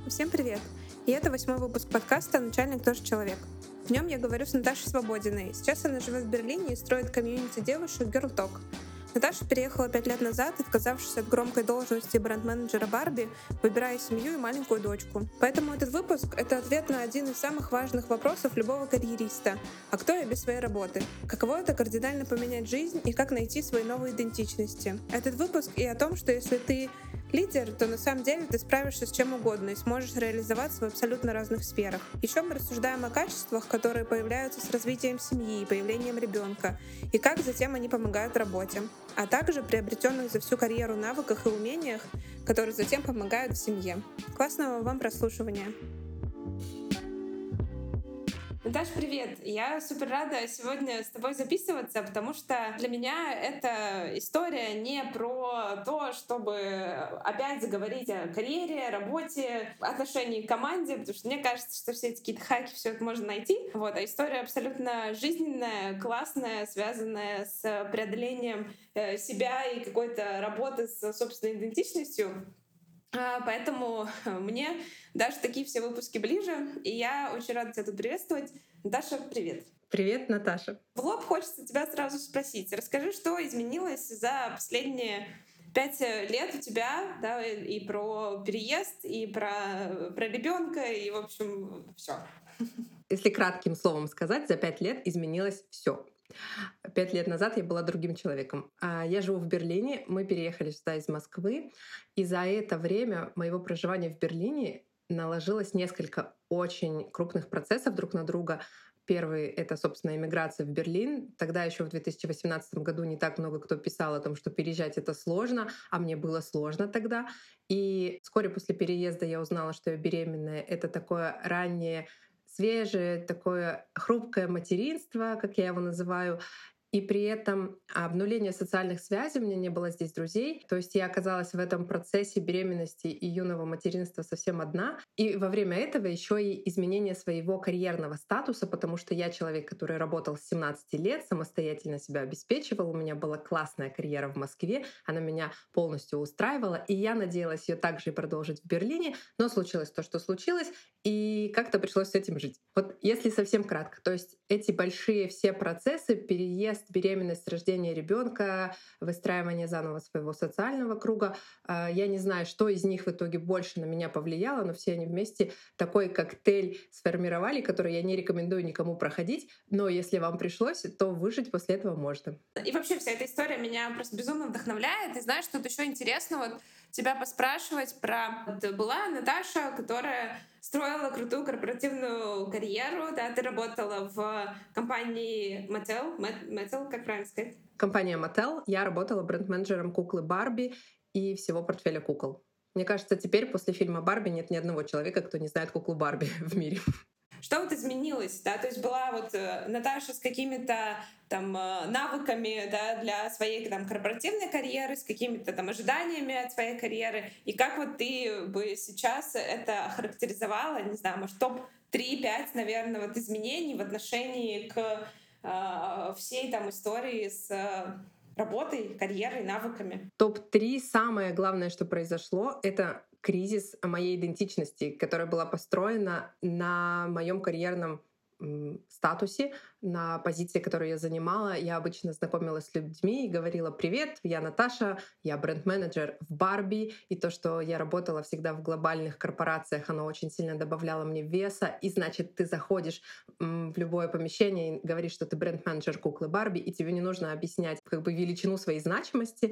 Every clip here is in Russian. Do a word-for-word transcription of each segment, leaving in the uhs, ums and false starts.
Всем привет! И это восьмой выпуск подкаста «Начальник тоже человек». В нем я говорю с Наташей Свободиной. Сейчас она живет в Берлине и строит комьюнити девушек Girl Talk. Наташа переехала пять лет назад, отказавшись от громкой должности бренд-менеджера Барби, выбирая семью и маленькую дочку. Поэтому этот выпуск — это ответ на один из самых важных вопросов любого карьериста. А кто я без своей работы? Каково это кардинально поменять жизнь и как найти свои новые идентичности? Этот выпуск и о том, что если ты лидер, то на самом деле ты справишься с чем угодно и сможешь реализоваться в абсолютно разных сферах. Еще мы рассуждаем о качествах, которые появляются с развитием семьи и появлением ребенка, и как затем они помогают в работе, а также приобретенных за всю карьеру навыках и умениях, которые затем помогают в семье. Классного вам прослушивания! Наташ, привет! Я супер рада сегодня с тобой записываться, потому что для меня эта история не про то, чтобы опять заговорить о карьере, работе, отношении к команде, потому что мне кажется, что все эти какие-то хаки, все это можно найти. Вот, а история абсолютно жизненная, классная, связанная с преодолением себя и какой-то работы с собственной идентичностью. Поэтому мне даже такие все выпуски ближе, и я очень рада тебя тут приветствовать. Наташа, привет. Привет, Наташа. В лоб хочется тебя сразу спросить. Расскажи, что изменилось за последние пять лет у тебя, да, и про переезд, и про, про ребенка, и, в общем, все. Если кратким словом сказать, за пять лет изменилось все. Пять лет назад я была другим человеком. Я живу в Берлине, мы переехали сюда из Москвы, и за это время моего проживания в Берлине наложилось несколько очень крупных процессов друг на друга. Первый — это, собственно, эмиграция в Берлин. Тогда еще в две тысячи восемнадцатом году не так много кто писал о том, что переезжать — это сложно, а мне было сложно тогда. И вскоре после переезда я узнала, что я беременная. Это такое раннее, свежее, такое хрупкое материнство, как я его называю. И при этом обнуление социальных связей, у меня не было здесь друзей. То есть я оказалась в этом процессе беременности и юного материнства совсем одна. И во время этого еще и изменение своего карьерного статуса, потому что я человек, который работал с семнадцати лет, самостоятельно себя обеспечивал. У меня была классная карьера в Москве, она меня полностью устраивала. И я надеялась ее также и продолжить в Берлине. Но случилось то, что случилось, и как-то пришлось с этим жить. Вот если совсем кратко, то есть эти большие все процессы, переезд, беременность, рождение ребенка, выстраивание заново своего социального круга. Я не знаю, что из них в итоге больше на меня повлияло, но все они вместе такой коктейль сформировали, который я не рекомендую никому проходить, но если вам пришлось, то выжить после этого можно. И вообще вся эта история меня просто безумно вдохновляет. И знаешь, тут еще интересно вот тебя поспрашивать про... Вот была Наташа, которая строила крутую корпоративную карьеру, да, ты работала в компании Mattel, Mattel, как правильно сказать? Компания Mattel. Я работала бренд-менеджером куклы Барби и всего портфеля кукол. Мне кажется, теперь после фильма «Барби» нет ни одного человека, кто не знает куклу Барби в мире. Что вот изменилось, да, то есть была вот Наташа с какими-то там навыками, да, для своей там корпоративной карьеры, с какими-то там ожиданиями от своей карьеры, и как вот ты бы сейчас это охарактеризовала, не знаю, может, топ три-пять, наверное, вот изменений в отношении к э, всей там истории с работой, карьерой, навыками? топ три самое главное, что произошло, это кризис моей идентичности, которая была построена на моем карьерном статусе, на позиции, которую я занимала. Я обычно знакомилась с людьми и говорила: «Привет, я Наташа, я бренд-менеджер в Барби». И то, что я работала всегда в глобальных корпорациях, оно очень сильно добавляло мне веса. И значит, ты заходишь в любое помещение и говоришь, что ты бренд-менеджер куклы Барби, и тебе не нужно объяснять как бы величину своей значимости.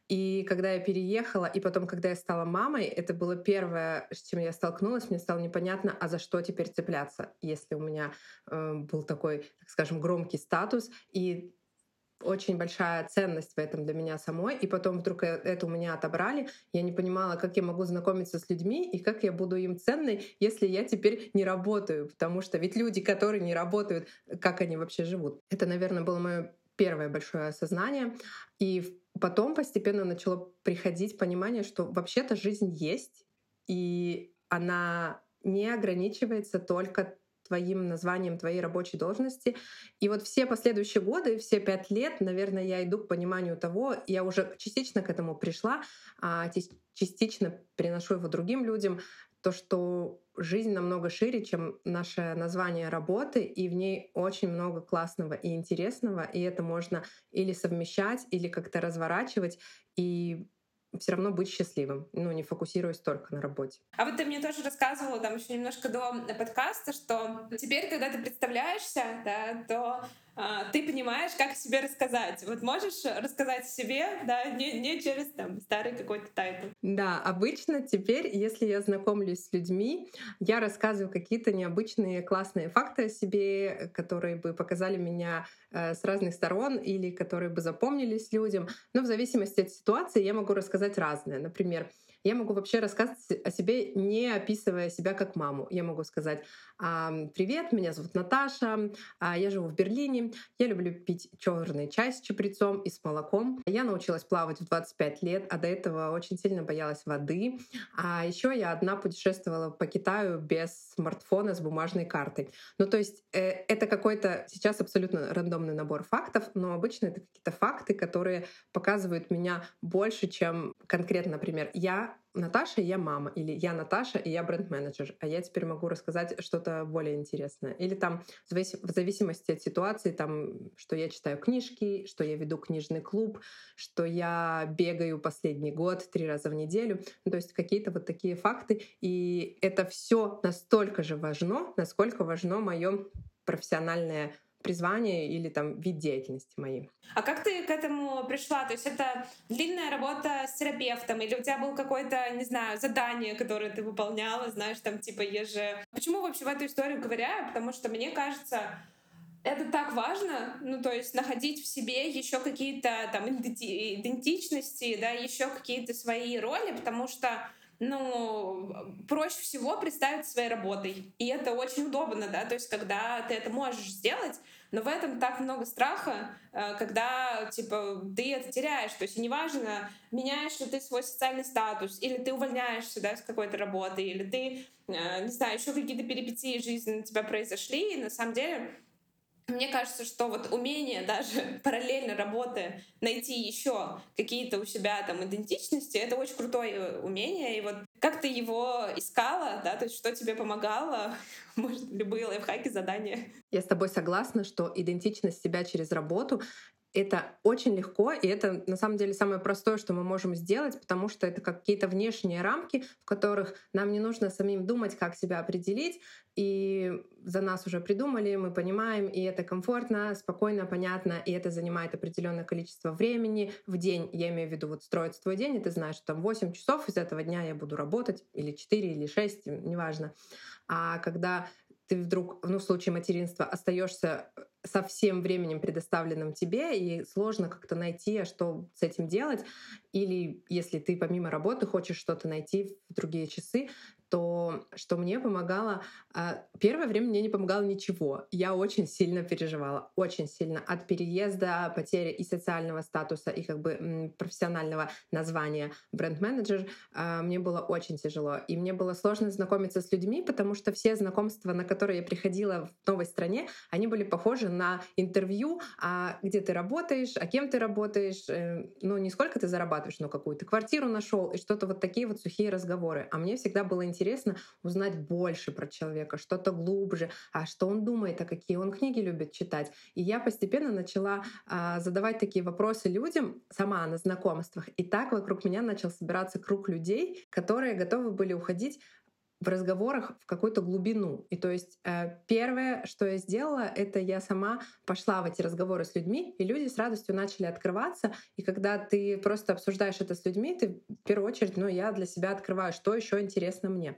И когда я переехала, и потом, когда я стала мамой, это было первое, с чем я столкнулась. Мне стало непонятно, а за что теперь цепляться, если у меня был такой, так скажем, громкий статус и очень большая ценность в этом для меня самой. И потом вдруг это у меня отобрали. Я не понимала, как я могу знакомиться с людьми и как я буду им ценной, если я теперь не работаю. Потому что ведь люди, которые не работают, как они вообще живут? Это, наверное, было мое первое большое осознание. И потом постепенно начало приходить понимание, что вообще-то жизнь есть, и она не ограничивается только твоим названием твоей рабочей должности. И вот все последующие годы, все пять лет, наверное, я иду к пониманию того, я уже частично к этому пришла, а частично приношу его другим людям, то, что жизнь намного шире, чем наше название работы, и в ней очень много классного и интересного, и это можно или совмещать, или как-то разворачивать, и все равно быть счастливым, ну, не фокусируясь только на работе. А вот ты мне тоже рассказывала там еще немножко до подкаста, что теперь, когда ты представляешься, да, то а, ты понимаешь, как о себе рассказать. Вот можешь рассказать о себе, да, не, не через там старый какой-то тайтл. Да, обычно теперь, если я знакомлюсь с людьми, я рассказываю какие-то необычные классные факты о себе, которые бы показали меня э, с разных сторон или которые бы запомнились людям. Но в зависимости от ситуации я могу рассказать разное. Например, я могу вообще рассказывать о себе, не описывая себя как маму. Я могу сказать: «Привет, меня зовут Наташа, я живу в Берлине, я люблю пить черный чай с чабрецом и с молоком. Я научилась плавать в двадцать пять лет, а до этого очень сильно боялась воды. А еще я одна путешествовала по Китаю без смартфона с бумажной картой». Ну, то есть э, это какой-то сейчас абсолютно рандомный набор фактов, но обычно это какие-то факты, которые показывают меня больше, чем конкретно, например, я Наташа, и я мама, или я Наташа, и я бренд-менеджер, а я теперь могу рассказать что-то более интересное. Или там в зависимости от ситуации, там, что я читаю книжки, что я веду книжный клуб, что я бегаю последний год три раза в неделю. Ну, то есть какие-то вот такие факты. И это все настолько же важно, насколько важно мое профессиональное призвание или там вид деятельности моей. А как ты к этому пришла? То есть это длинная работа с терапевтом, или у тебя было какое-то, не знаю, задание, которое ты выполняла, знаешь, там типа еже... Почему вообще в эту историю ковыряю? Потому что мне кажется, это так важно, ну то есть находить в себе еще какие-то там идентичности, да, еще какие-то свои роли, потому что ну, проще всего представить своей работой. И это очень удобно, да, то есть когда ты это можешь сделать, но в этом так много страха, когда, типа, ты это теряешь. То есть неважно, меняешь ли ты свой социальный статус, или ты увольняешься, да, с какой-то работы, или ты, не знаю, еще какие-то перипетии жизни у тебя произошли, и на самом деле мне кажется, что вот умение даже параллельно работая найти еще какие-то у себя там идентичности, это очень крутое умение. И вот как ты его искала, да, то есть что тебе помогало, может, любые лайфхаки, задания. Я с тобой согласна, что идентичность себя через работу это очень легко, и это на самом деле самое простое, что мы можем сделать, потому что это какие-то внешние рамки, в которых нам не нужно самим думать, как себя определить, и за нас уже придумали, мы понимаем, и это комфортно, спокойно, понятно, и это занимает определенное количество времени в день. Я имею в виду, вот строится твой день, и ты знаешь, что там восемь часов из этого дня я буду работать, или четыре, или шесть, неважно. А когда ты вдруг, ну, в случае материнства, остаешься со всем временем, предоставленным тебе, и сложно как-то найти, а что с этим делать. Или если ты помимо работы хочешь что-то найти в другие часы, то что мне помогало... Первое время мне не помогало ничего. Я очень сильно переживала, очень сильно. От переезда, потери и социального статуса, и как бы профессионального названия бренд-менеджер мне было очень тяжело. И мне было сложно знакомиться с людьми, потому что все знакомства, на которые я приходила в новой стране, они были похожи на интервью, а где ты работаешь, а кем ты работаешь, ну не сколько ты зарабатываешь, но какую ты квартиру нашел, и что-то вот такие вот сухие разговоры. А мне всегда было интересно узнать больше про человека, что-то глубже, а что он думает, а какие он книги любит читать. И я постепенно начала а, задавать такие вопросы людям сама на знакомствах. И так вокруг меня начал собираться круг людей, которые готовы были уходить в разговорах в какую-то глубину. И то есть э, первое, что я сделала, это я сама пошла в эти разговоры с людьми, и люди с радостью начали открываться. И когда ты просто обсуждаешь это с людьми, ты в первую очередь, ну, я для себя открываю, что еще интересно мне.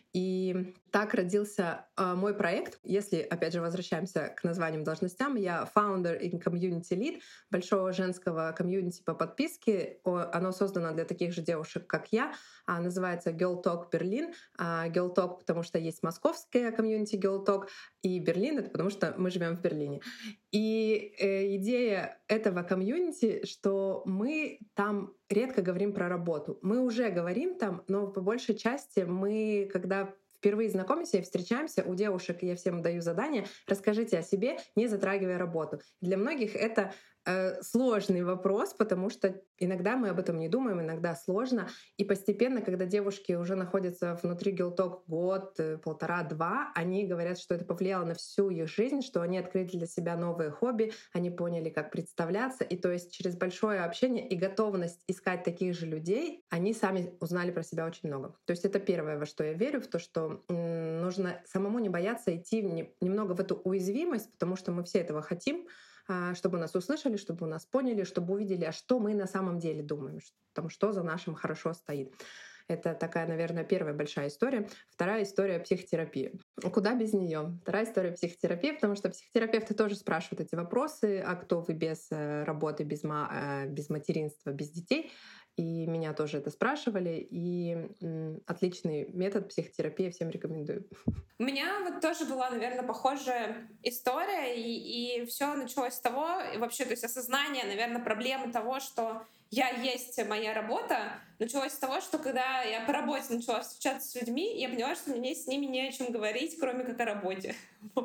И так родился э, мой проект. Если, опять же, возвращаемся к названиям должностям, я founder и community lead большого женского комьюнити по подписке. Оно создано для таких же девушек, как я. А, называется Girl Talk Berlin. А, Girl Talk, потому что есть московская комьюнити Girl Talk, и Берлин — это потому что мы живем в Берлине. И э, идея этого комьюнити, что мы там редко говорим про работу. Мы уже говорим там, но по большей части мы, когда впервые знакомимся и встречаемся, у девушек я всем даю задание: расскажите о себе, не затрагивая работу. Для многих это э, сложный вопрос, потому что иногда мы об этом не думаем, иногда сложно. И постепенно, когда девушки уже находятся внутри Girl год, э, полтора-два, они говорят, что это повлияло на всю их жизнь, что они открыли для себя новые хобби, они поняли, как представляться. И то есть через большое общение и готовность искать таких же людей, они сами узнали про себя очень много. То есть это первое, во что я верю, в то, что м, нужно самому не бояться идти не- немного в эту уязвимость, потому что мы все этого хотим, а, чтобы нас услышали, чтобы нас поняли, чтобы увидели, а что мы на самом деле думаем, ш- там, что за нашим хорошо стоит. Это такая, наверное, первая большая история. Вторая история — психотерапия. Куда без нее? Вторая история — психотерапия, потому что психотерапевты тоже спрашивают эти вопросы: а кто вы без э, работы, без, ма- э, без материнства, без детей? И меня тоже это спрашивали. И м, отличный метод психотерапии, всем рекомендую. У меня вот тоже была, наверное, похожая история, и, и все началось с того, и вообще, то есть осознание, наверное, проблемы того, что я есть моя работа, началось с того, что когда я по работе начала встречаться с людьми, я поняла, что мне с ними не о чем говорить, кроме как о работе.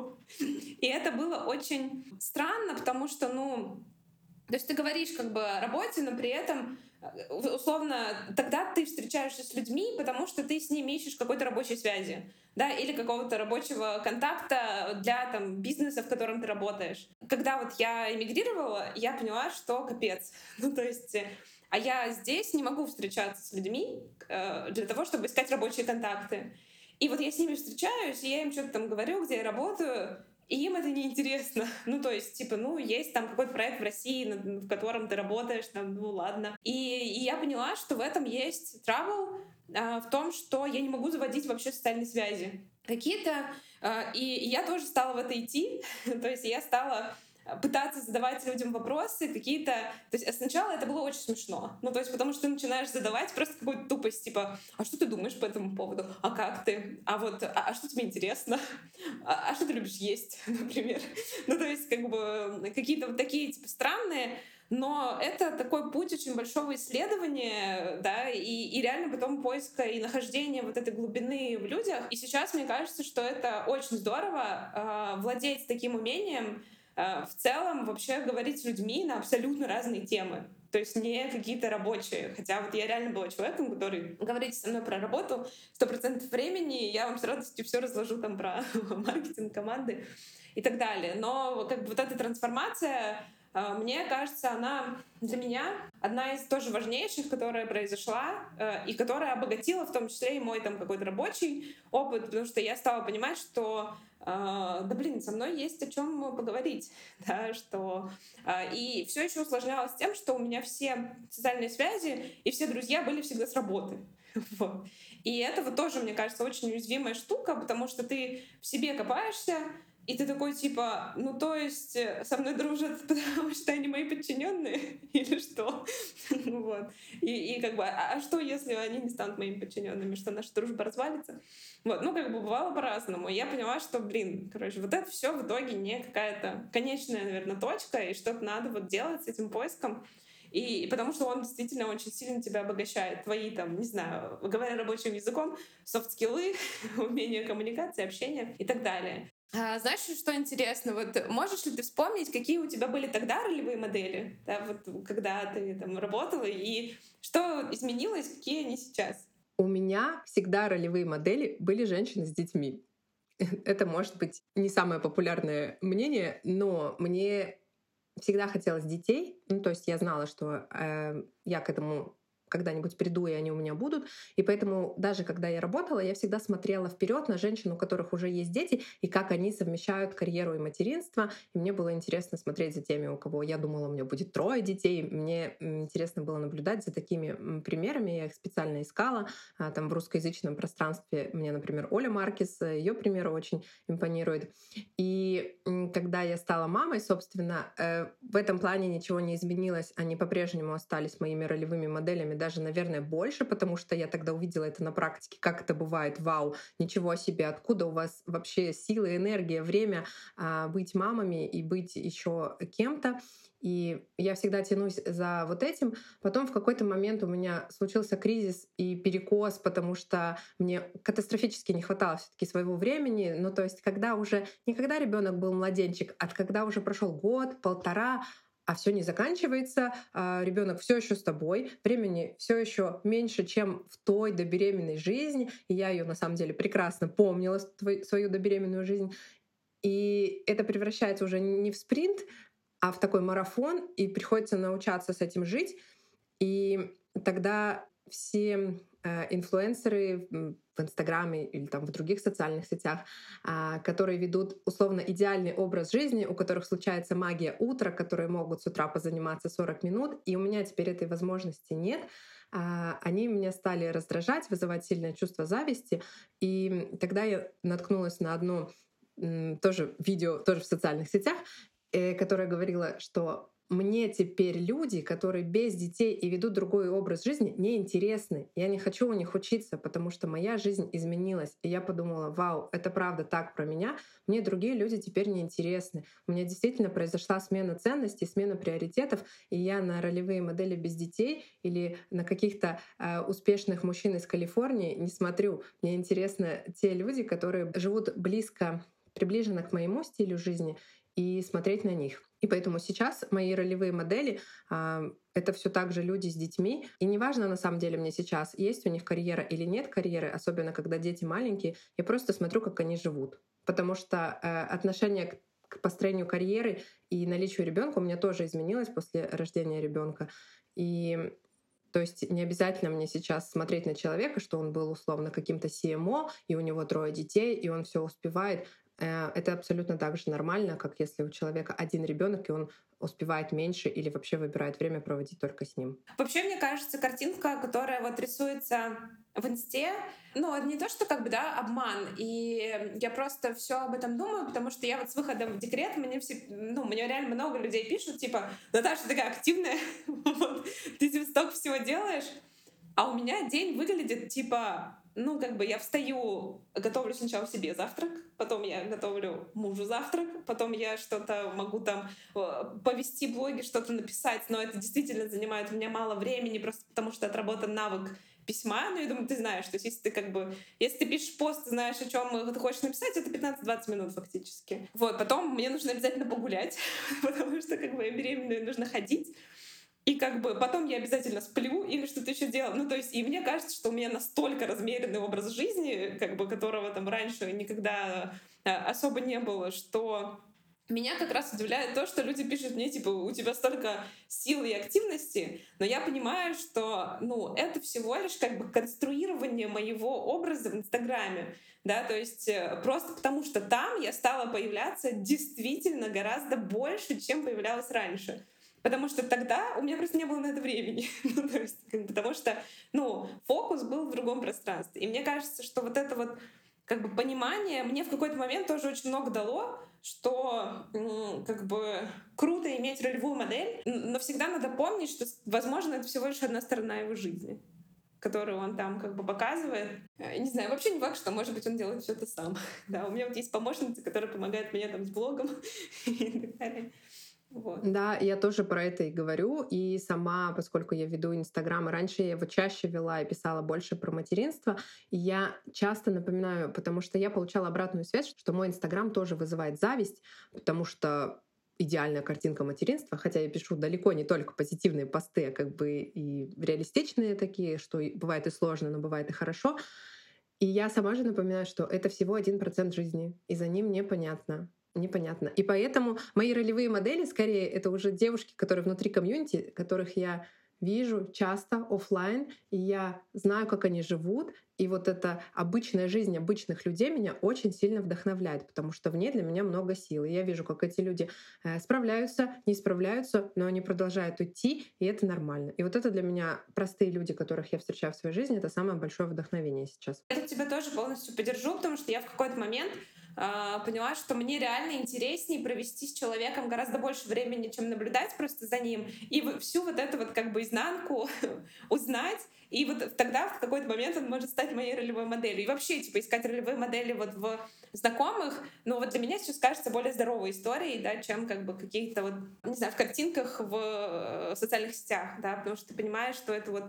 И это было очень странно, потому что, ну, то есть ты говоришь как бы о работе, но при этом э, условно тогда ты встречаешься с людьми, потому что ты с ними ищешь какой-то рабочей связи, да, или какого-то рабочего контакта для там бизнеса, в котором ты работаешь. Когда вот я эмигрировала, я поняла, что капец. Ну то есть, э, а я здесь не могу встречаться с людьми э, для того, чтобы искать рабочие контакты. И вот я с ними встречаюсь, и я им что-то там говорю, где я работаю, и им это неинтересно. Ну, то есть, типа, ну, есть там какой-то проект в России, над- в котором ты работаешь, там, ну, ладно. И, и я поняла, что в этом есть trouble, а, в том, что я не могу заводить вообще социальные связи. Какие-то... а, и, и я тоже стала в это идти. То есть я стала пытаться задавать людям вопросы какие-то... То есть сначала это было очень смешно. Ну, то есть потому что ты начинаешь задавать просто какую-то тупость, типа, а что ты думаешь по этому поводу? А как ты? А вот, а, а что тебе интересно? А, а что ты любишь есть, например? Ну, то есть как бы какие-то вот такие, типа, странные, но это такой путь очень большого исследования, да, и, и реально потом поиска и нахождения вот этой глубины в людях. И сейчас мне кажется, что это очень здорово э, владеть таким умением, э, в целом вообще говорить с людьми на абсолютно разные темы. То есть не какие-то рабочие. Хотя вот я реально была человеком, который говорите со мной про работу сто процентов времени, я вам с радостью все разложу там про маркетинг команды и так далее. Но как бы вот эта трансформация, э, мне кажется, она для меня одна из тоже важнейших, которая произошла э, и которая обогатила в том числе и мой там какой-то рабочий опыт, потому что я стала понимать, что э, да блин, со мной есть о чем поговорить, да, что э, и все еще усложнялось тем, что у меня все социальные связи и все друзья были всегда с работы. Вот. И это вот тоже, мне кажется, очень уязвимая штука, потому что ты в себе копаешься, и ты такой типа, ну то есть э, со мной дружат, потому что они мои подчиненные или что? Ну вот. И, и как бы, а, а что, если они не станут моими подчиненными, что наша дружба развалится? Вот, ну как бы бывало по-разному. И я поняла, что, блин, короче, вот это все в итоге не какая-то конечная, наверное, точка, и что-то надо вот делать с этим поиском. И, и потому что он действительно очень сильно тебя обогащает. Твои там, не знаю, говоря рабочим языком, софт-скиллы, умение коммуникации, общения и так далее. А, знаешь, что интересно? Вот можешь ли ты вспомнить, какие у тебя были тогда ролевые модели, да, вот когда ты там работала, и что изменилось, какие они сейчас? У меня всегда ролевые модели были женщины с детьми. Это может быть не самое популярное мнение, но мне всегда хотелось детей. Ну, то есть я знала, что э, я к этому когда-нибудь приду, и они у меня будут. И поэтому даже когда я работала, я всегда смотрела вперед на женщин, у которых уже есть дети, и как они совмещают карьеру и материнство. И мне было интересно смотреть за теми, у кого я думала, у меня будет трое детей. Мне интересно было наблюдать за такими примерами. Я их специально искала. А, там в русскоязычном пространстве мне, например, Оля Маркес, ее примеры очень импонируют. И когда я стала мамой, собственно, э, в этом плане ничего не изменилось. Они по-прежнему остались моими ролевыми моделями, даже, наверное, больше, потому что я тогда увидела это на практике, как это бывает. Вау, ничего себе, откуда у вас вообще силы, энергия, время а, быть мамами и быть еще кем-то. И я всегда тянусь за вот этим. Потом в какой-то момент у меня случился кризис и перекос, потому что мне катастрофически не хватало все-таки своего времени. Ну, то есть, когда уже не когда ребенок был младенчик, а когда уже прошел год, полтора, а все не заканчивается, ребенок все еще с тобой, времени все еще меньше, чем в той добеременной жизни, и я ее на самом деле прекрасно помнила, свою добеременную жизнь, и это превращается уже не в спринт, а в такой марафон, и приходится научаться с этим жить, и тогда все инфлюенсеры в Инстаграме или там в других социальных сетях, которые ведут условно идеальный образ жизни, у которых случается магия утра, которые могут с утра позаниматься сорок минут, и у меня теперь этой возможности нет, они меня стали раздражать, вызывать сильное чувство зависти. И тогда я наткнулась на одно тоже видео, тоже в социальных сетях, которое говорило, что мне теперь люди, которые без детей и ведут другой образ жизни, неинтересны. Я не хочу у них учиться, потому что моя жизнь изменилась. И я подумала, вау, это правда так про меня. Мне другие люди теперь неинтересны. У меня действительно произошла смена ценностей, смена приоритетов, и я на ролевые модели без детей или на каких-то э, успешных мужчин из Калифорнии не смотрю. Мне интересны те люди, которые живут близко, приближенно к моему стилю жизни, и смотреть на них. И поэтому сейчас мои ролевые модели э, — это все так же люди с детьми. И неважно на самом деле мне сейчас, есть у них карьера или нет карьеры, особенно когда дети маленькие, я просто смотрю, как они живут. Потому что э, отношение к к построению карьеры и наличию ребенка у меня тоже изменилось после рождения ребенка. И то есть не обязательно мне сейчас смотреть на человека, что он был условно каким-то си эм о, и у него трое детей, и он все успевает. Это абсолютно так же нормально, как если у человека один ребенок, и он успевает меньше или вообще выбирает время проводить только с ним. Вообще, мне кажется, картинка, которая вот рисуется в инсте, ну, не то, что как бы, да, обман. И я просто все об этом думаю, потому что я вот с выходом в декрет, мне все, ну, мне реально много людей пишут, типа, Наташа, ты такая активная, вот, ты типа столько всего делаешь, а у меня день выглядит типа, ну, как бы я встаю, готовлю сначала себе завтрак, потом я готовлю мужу завтрак, потом я что-то могу там повести блоги, что-то написать, но это действительно занимает у меня мало времени, просто потому что отработан навык письма. Ну, я думаю, ты знаешь, то есть если ты как бы, если ты пишешь пост, ты знаешь, о чем ты хочешь написать, это пятнадцать-двадцать минут фактически. Вот, потом мне нужно обязательно погулять, потому что как бы я беременная, нужно ходить. И как бы потом я обязательно сплю или что-то еще делаю. Ну, то есть, и мне кажется, что у меня настолько размеренный образ жизни, как бы которого там раньше никогда особо не было, что меня как раз удивляет то, что люди пишут мне, типа, у тебя столько силы и активности, но я понимаю, что, ну, это всего лишь как бы конструирование моего образа в Инстаграме, да, то есть просто потому что там я стала появляться действительно гораздо больше, чем появлялась раньше. Потому что тогда у меня просто не было на это времени. ну, то есть, потому что ну, фокус был в другом пространстве. И мне кажется, что вот это вот как бы понимание мне в какой-то момент тоже очень много дало, что ну, как бы круто иметь ролевую модель, но всегда надо помнить, что, возможно, это всего лишь одна сторона его жизни, которую он там как бы показывает. Не знаю, вообще не факт, что, может быть, он делает все это сам. да, у меня вот есть помощница, которая помогает мне там с блогом и так далее. Вот. Да, я тоже про это и говорю. И сама, поскольку я веду Инстаграм, и раньше я его чаще вела и писала больше про материнство, и я часто напоминаю, потому что я получала обратную связь, что мой Инстаграм тоже вызывает зависть, потому что идеальная картинка материнства, хотя я пишу далеко не только позитивные посты, а как бы и реалистичные такие, что бывает и сложно, но бывает и хорошо. И я сама же напоминаю, что это всего один процент жизни, и за ним непонятно. Непонятно. И поэтому мои ролевые модели, скорее, это уже девушки, которые внутри комьюнити, которых я вижу часто офлайн, и я знаю, как они живут. И вот эта обычная жизнь обычных людей меня очень сильно вдохновляет, потому что в ней для меня много сил. И я вижу, как эти люди справляются, не справляются, но они продолжают идти, и это нормально. И вот это для меня простые люди, которых я встречаю в своей жизни, это самое большое вдохновение сейчас. Я тебя тоже полностью поддержу, потому что я в какой-то момент поняла, что мне реально интереснее провести с человеком гораздо больше времени, чем наблюдать просто за ним, и всю вот эту вот как бы изнанку узнать, и вот тогда в какой-то момент он может стать моей ролевой моделью. И вообще, типа, искать ролевые модели вот в знакомых, ну вот для меня сейчас кажется более здоровой историей, да, чем как бы какие-то вот, не знаю, в картинках в социальных сетях, да, потому что ты понимаешь, что это вот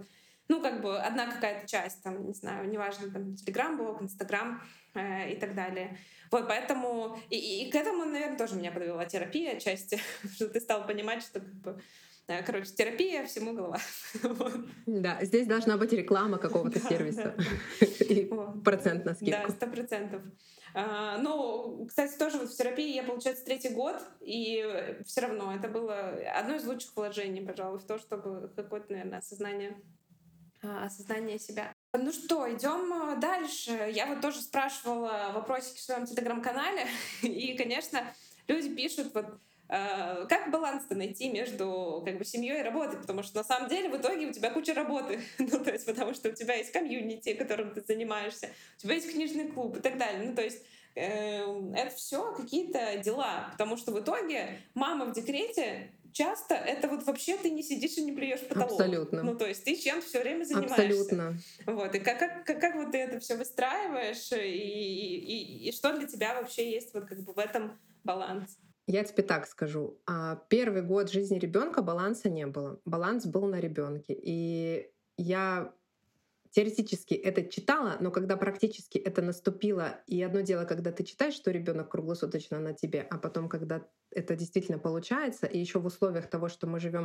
Ну, как бы одна какая-то часть, там, не знаю, неважно, там, Телеграм-блог, Инстаграм э, и так далее. Вот, поэтому... И, и, и к этому, наверное, тоже меня подвела терапия отчасти, что ты стал понимать, что, как бы, э, короче, терапия, всему голова. Вот. Да, здесь должна быть реклама какого-то Да, сервиса да. и Вот. процент на Да, скидку. сто процентов. А, ну, кстати, тоже вот в терапии я, получается, третий год, и все равно это было одно из лучших вложений, пожалуй, в то, чтобы какое-то, наверное, осознание, а, осознание себя. Ну что, идем дальше. Я вот тоже спрашивала вопросики в своем телеграм-канале, и, конечно, люди пишут вот э, как баланс-то найти между как бы семьей и работой, потому что на самом деле в итоге у тебя куча работы, ну то есть потому что у тебя есть комьюнити, которым ты занимаешься, у тебя есть книжный клуб и так далее, ну то есть э, это все какие-то дела, потому что в итоге мама в декрете часто это вот вообще ты не сидишь и не плюешь в потолок. Абсолютно. Ну, то есть ты чем-то все время занимаешься. Абсолютно. Вот. И как, как, как, как вот ты это все выстраиваешь, и, и, и, и что для тебя вообще есть вот как бы в этом баланс? Я тебе так скажу. Первый год жизни ребенка баланса не было. Баланс был на ребенке. И я теоретически это читала, но когда практически это наступило, и одно дело, когда ты читаешь, что ребенок круглосуточно на тебе, а потом, когда это действительно получается, и еще в условиях того, что мы живем,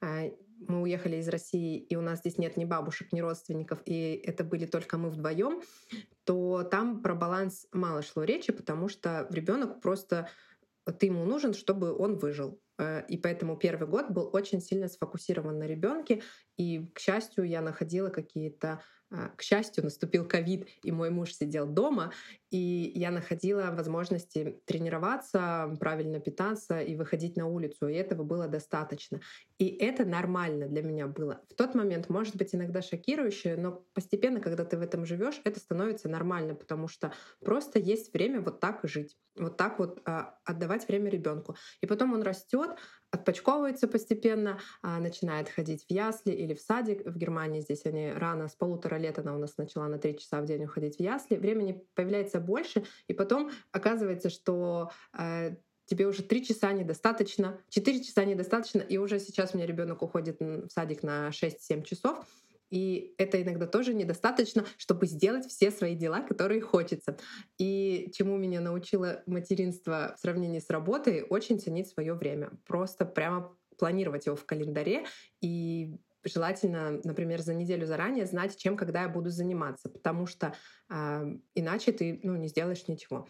мы уехали из России, и у нас здесь нет ни бабушек, ни родственников, и это были только мы вдвоем, то там про баланс мало шло речи, потому что ребенок просто ты ему нужен, чтобы он выжил. И поэтому первый год был очень сильно сфокусирован на ребенке. И, к счастью, я находила какие-то... К счастью, наступил ковид, и мой муж сидел дома, и я находила возможности тренироваться, правильно питаться и выходить на улицу, и этого было достаточно. И это нормально для меня было. В тот момент, может быть, иногда шокирующе, но постепенно, когда ты в этом живешь, это становится нормально, потому что просто есть время вот так жить, вот так вот а, отдавать время ребенку. И потом он растет, отпочковывается постепенно, а, начинает ходить в ясли или в садик. В Германии здесь они рано, с полутора лет она у нас начала на три часа в день уходить в ясли. Времени появляется больше, и потом оказывается, что э, тебе уже три часа недостаточно, четыре часа недостаточно, и уже сейчас у меня ребенок уходит в садик на шесть-семь часов. И это иногда тоже недостаточно, чтобы сделать все свои дела, которые хочется. И чему меня научило материнство в сравнении с работой, очень ценить свое время. Просто прямо планировать его в календаре и желательно, например, за неделю заранее знать, чем, когда я буду заниматься, потому что э, иначе ты ну, не сделаешь ничего.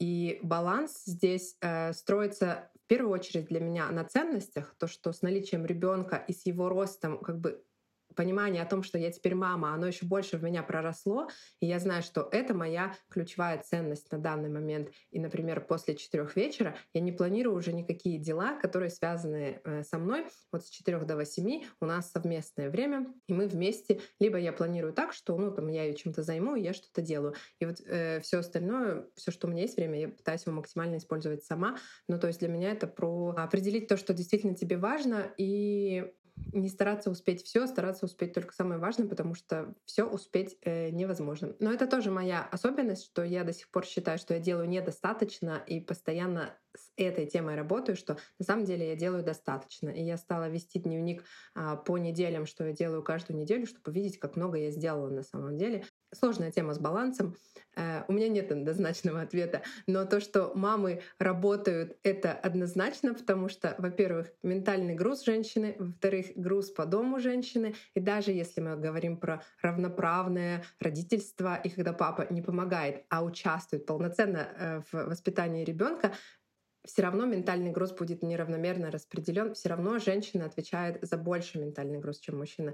И баланс здесь э, строится в первую очередь для меня на ценностях, то, что с наличием ребенка и с его ростом как бы понимание о том, что я теперь мама, оно еще больше в меня проросло, и я знаю, что это моя ключевая ценность на данный момент. И, например, после четырех вечера я не планирую уже никакие дела, которые связаны со мной. Вот с четырех до восьми у нас совместное время, и мы вместе. Либо я планирую так, что ну, там, я ее чем-то займу, и я что-то делаю. И вот э, все остальное, все, что у меня есть время, я пытаюсь его максимально использовать сама. Ну, то есть для меня это про определить то, что действительно тебе важно, и не стараться успеть все, стараться успеть только самое важное, потому что все успеть э, невозможно. Но это тоже моя особенность, что я до сих пор считаю, что я делаю недостаточно и постоянно с этой темой работаю, что на самом деле я делаю достаточно. И я стала вести дневник а, по неделям, что я делаю каждую неделю, чтобы видеть, как много я сделала на самом деле. Сложная тема с балансом. Э, у меня нет однозначного ответа, но то, что мамы работают, это однозначно, потому что, во-первых, ментальный груз женщины, во-вторых, груз по дому женщины, и даже если мы говорим про равноправное родительство, и когда папа не помогает, а участвует полноценно э, в воспитании ребенка, все равно ментальный груз будет неравномерно распределен, все равно женщина отвечает за больший ментальный груз, чем мужчина.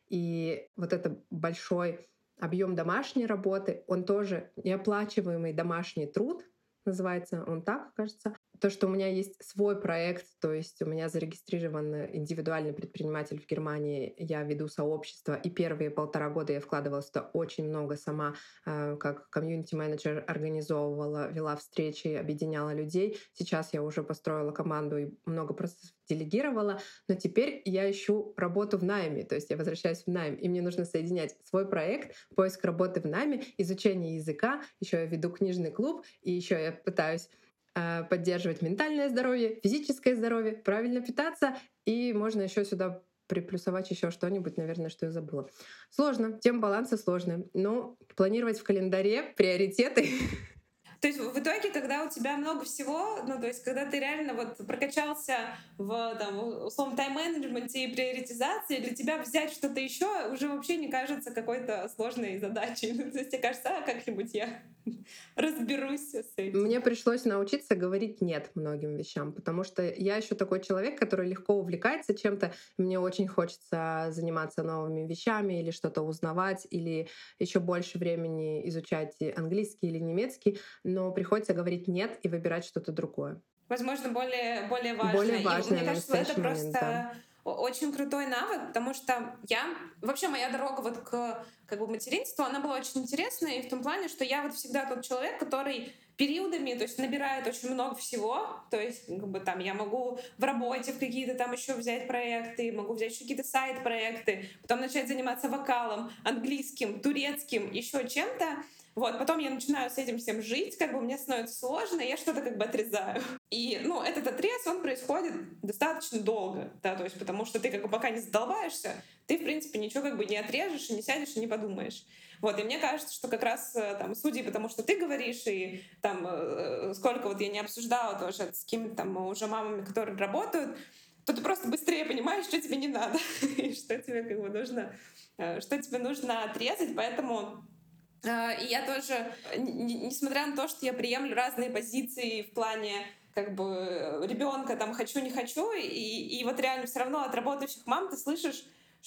И вот это большой объем домашней работы, он тоже неоплачиваемый домашний труд, называется он так, кажется. То, что у меня есть свой проект, то есть у меня зарегистрирован индивидуальный предприниматель в Германии, я веду сообщество, и первые полтора года я вкладывалась туда очень много сама, как комьюнити-менеджер организовывала, вела встречи, объединяла людей. Сейчас я уже построила команду и много процессов делегировала, но теперь я ищу работу в найме, то есть я возвращаюсь в найм, и мне нужно соединять свой проект, поиск работы в найме, изучение языка, еще я веду книжный клуб, и еще я пытаюсь поддерживать ментальное здоровье, физическое здоровье, правильно питаться, и можно еще сюда приплюсовать еще что-нибудь, наверное, что я забыла. Сложно, тема баланса сложная, но планировать в календаре приоритеты. То есть в итоге, когда у тебя много всего, ну то есть когда ты реально вот прокачался в там, условном тайм-менеджменте и приоритизации, для тебя взять что-то еще уже вообще не кажется какой-то сложной задачей. Ну, то есть тебе кажется, а как-нибудь я разберусь с этим. Мне пришлось научиться говорить «нет» многим вещам, потому что я еще такой человек, который легко увлекается чем-то. Мне очень хочется заниматься новыми вещами или что-то узнавать, или еще больше времени изучать английский или немецкий, но приходится говорить «нет» и выбирать что-то другое. Возможно, более, более важное. Более важное, И мне кажется, это момент, просто да. очень крутой навык, потому что я... Вообще моя дорога вот к как бы, материнству, она была очень интересная, и в том плане, что я вот всегда тот человек, который периодами, то есть набирает очень много всего, то есть как бы там я могу в работе в какие-то там еще взять проекты, могу взять еще какие-то сайт-проекты, потом начать заниматься вокалом, английским, турецким, еще чем-то. Вот, потом я начинаю с этим всем жить, как бы мне становится сложно, я что-то как бы отрезаю. И, ну, этот отрез, он происходит достаточно долго, да, то есть потому что ты как бы пока не задолбаешься, ты, в принципе, ничего как бы не отрежешь, и не сядешь, и не подумаешь. Вот, и мне кажется, что как раз там, судя по тому, что ты говоришь, и там сколько вот я не обсуждала тоже с какими-то там уже мамами, которые работают, то ты просто быстрее понимаешь, что тебе не надо, и что тебе как бы нужно, что тебе нужно отрезать, поэтому... И я тоже, несмотря на то, что я приемлю разные позиции в плане как бы ребенка, там хочу, не хочу, и, и вот реально все равно от работающих мам ты слышишь,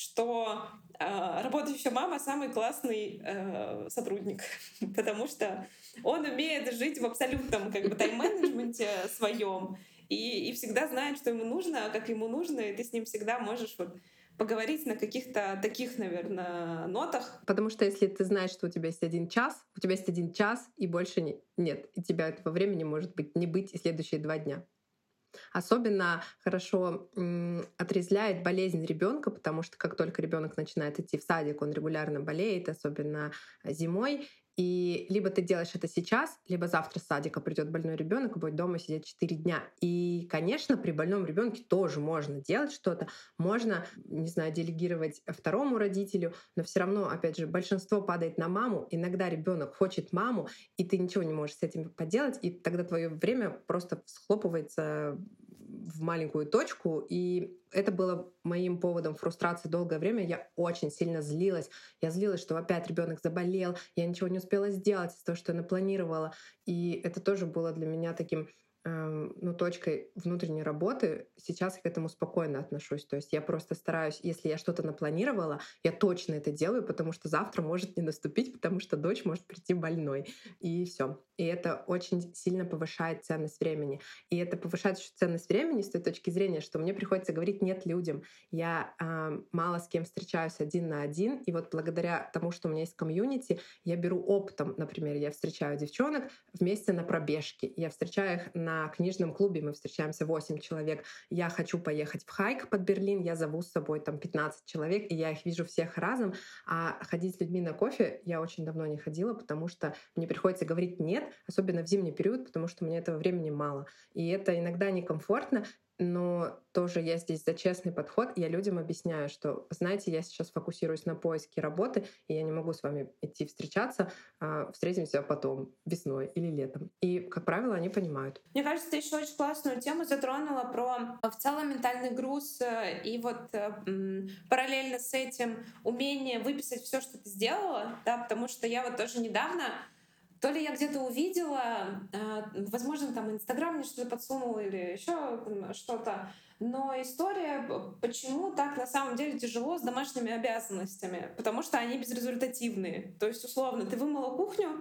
что э, работающая мама самый классный э, сотрудник, потому что он умеет жить в абсолютном как бы тайм-менеджменте своем и, и всегда знает, что ему нужно, как ему нужно, и ты с ним всегда можешь вот поговорить на каких-то таких, наверное, нотах. Потому что если ты знаешь, что у тебя есть один час, у тебя есть один час и больше не, нет, и тебя этого времени может быть не быть и следующие два дня. Особенно хорошо м, отрезляет болезнь ребенка, потому что как только ребенок начинает идти в садик, он регулярно болеет, особенно зимой. И либо ты делаешь это сейчас, либо завтра с садика придет больной ребенок и будет дома сидеть четыре дня. И, конечно, при больном ребенке тоже можно делать что-то. Можно, не знаю, делегировать второму родителю, но все равно, опять же, большинство падает на маму. Иногда ребенок хочет маму, и ты ничего не можешь с этим поделать, и тогда твое время просто схлопывается в маленькую точку, и это было моим поводом фрустрации долгое время. Я очень сильно злилась. Я злилась, что опять ребенок заболел, я ничего не успела сделать из того, что я напланировала. И это тоже было для меня таким ну, точкой внутренней работы. Сейчас я к этому спокойно отношусь. То есть я просто стараюсь, если я что-то напланировала, я точно это делаю, потому что завтра может не наступить, потому что дочь может прийти больной. И все. И это очень сильно повышает ценность времени. И это повышает еще ценность времени с той точки зрения, что мне приходится говорить «нет» людям. Я э, мало с кем встречаюсь один на один. И вот благодаря тому, что у меня есть комьюнити, я беру оптом. Например, я встречаю девчонок вместе на пробежке. Я встречаю их на На книжном клубе, мы встречаемся восемь человек. Я хочу поехать в хайк под Берлин, я зову с собой там пятнадцать человек, и я их вижу всех разом. А ходить с людьми на кофе я очень давно не ходила, потому что мне приходится говорить «нет», особенно в зимний период, потому что у меня этого времени мало. И это иногда некомфортно, но тоже я здесь за честный подход. Я людям объясняю, что, знаете, я сейчас фокусируюсь на поиске работы, и я не могу с вами идти встречаться, а встретимся потом, весной или летом. И, как правило, они понимают. Мне кажется, ты еще очень классную тему затронула про в целом ментальный груз и вот м, параллельно с этим умение выписать все, что ты сделала, да, потому что я вот тоже недавно то ли я где-то увидела, возможно, там Инстаграм мне что-то подсунул или еще что-то, но история, почему так на самом деле тяжело с домашними обязанностями, потому что они безрезультативные. То есть, условно, ты вымыла кухню,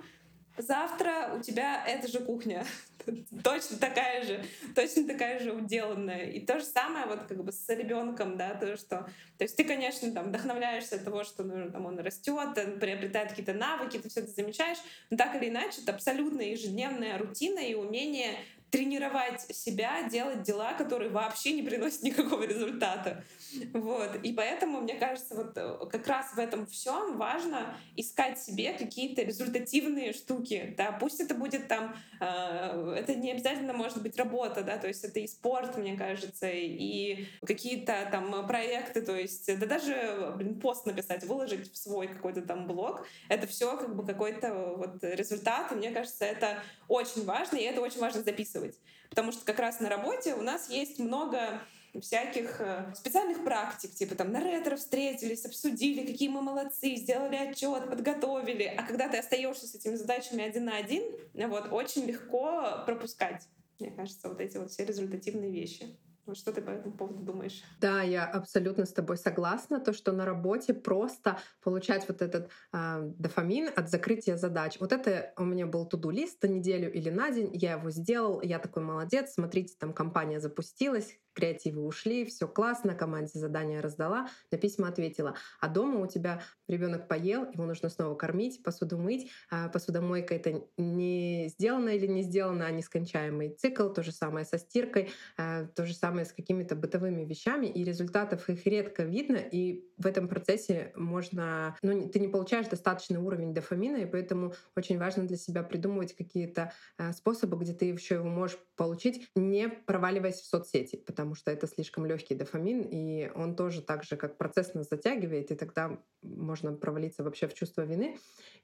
завтра у тебя эта же кухня, точно такая же, точно такая же уделанная. И то же самое вот как бы с ребенком, да, то, что... То есть ты, конечно, там вдохновляешься от того, что ну, там, он растет, приобретает какие-то навыки, ты все это замечаешь, но так или иначе это абсолютно ежедневная рутина и умение тренировать себя, делать дела, которые вообще не приносят никакого результата. Вот. И поэтому, мне кажется, вот э, как раз в этом всем важно искать себе какие-то результативные штуки. Да? Пусть это будет там, э, это не обязательно может быть работа, да, то есть это и спорт, мне кажется, и какие-то там проекты, то есть да даже, блин, пост написать, выложить в свой какой-то там блог, это все как бы какой-то вот результат, и мне кажется, это очень важно, и это очень важно записывать. Потому что как раз на работе у нас есть много всяких э, специальных практик, типа там на ретро встретились, обсудили, какие мы молодцы, сделали отчет, подготовили. А когда ты остаешься с этими задачами один на один, вот, очень легко пропускать, мне кажется, вот эти вот все результативные вещи. Вот что ты по этому поводу думаешь? Да, я абсолютно с тобой согласна. То, что на работе просто получать вот этот э, дофамин от закрытия задач. Вот это у меня был туду-лист на неделю или на день. Я его сделал, я такой молодец. Смотрите, там компания запустилась, креативы ушли, все классно, команде задание раздала, на письма ответила. А дома у тебя ребенок поел, его нужно снова кормить, посуду мыть. А посудомойка — это не сделано или не сделано, а нескончаемый цикл. То же самое со стиркой, э, то же самое с какими-то бытовыми вещами, и результатов их редко видно, и в этом процессе можно, ну, ты не получаешь достаточный уровень дофамина, и поэтому очень важно для себя придумывать какие-то э, способы, где ты еще его можешь получить, не проваливаясь в соцсети, потому что это слишком легкий дофамин, и он тоже так же, как процесс нас затягивает, и тогда можно провалиться вообще в чувство вины.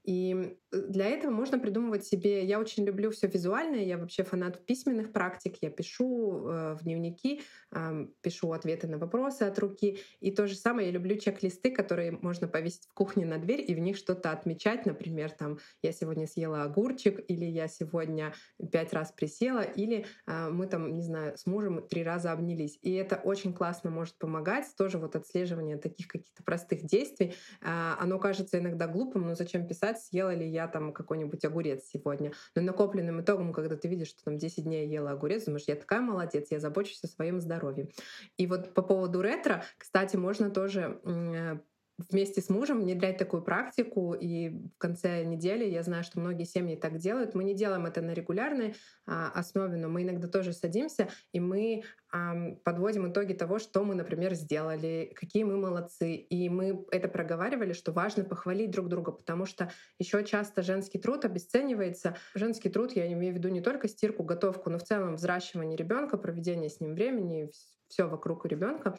И для этого можно придумывать себе... Я очень люблю все визуальное, я вообще фанат письменных практик, я пишу э, в дневники, э, пишу ответы на вопросы от руки. И то же самое, я люблю чек-листы, которые можно повесить в кухне на дверь и в них что-то отмечать. Например, там, я сегодня съела огурчик, или я сегодня пять раз присела, или э, мы там, не знаю, с мужем три раза обнялись. И это очень классно может помогать. Тоже вот отслеживание таких каких-то простых действий. Э, оно кажется иногда глупым, но зачем писать, съела ли я там какой-нибудь огурец сегодня. Но накопленным итогом, когда ты видишь, что там десять дней я ела огурец, думаешь, я такая молодец, я забочусь о своем здоровье. И вот по поводу ретро, кстати, можно тоже вместе с мужем внедрять такую практику, и в конце недели, я знаю, что многие семьи так делают, мы не делаем это на регулярной а, основе, но мы иногда тоже садимся, и мы а, подводим итоги того, что мы, например, сделали, какие мы молодцы. И мы это проговаривали, что важно похвалить друг друга, потому что еще часто женский труд обесценивается. Женский труд, я имею в виду не только стирку, готовку, но в целом взращивание ребенка, проведение с ним времени, все вокруг ребенка.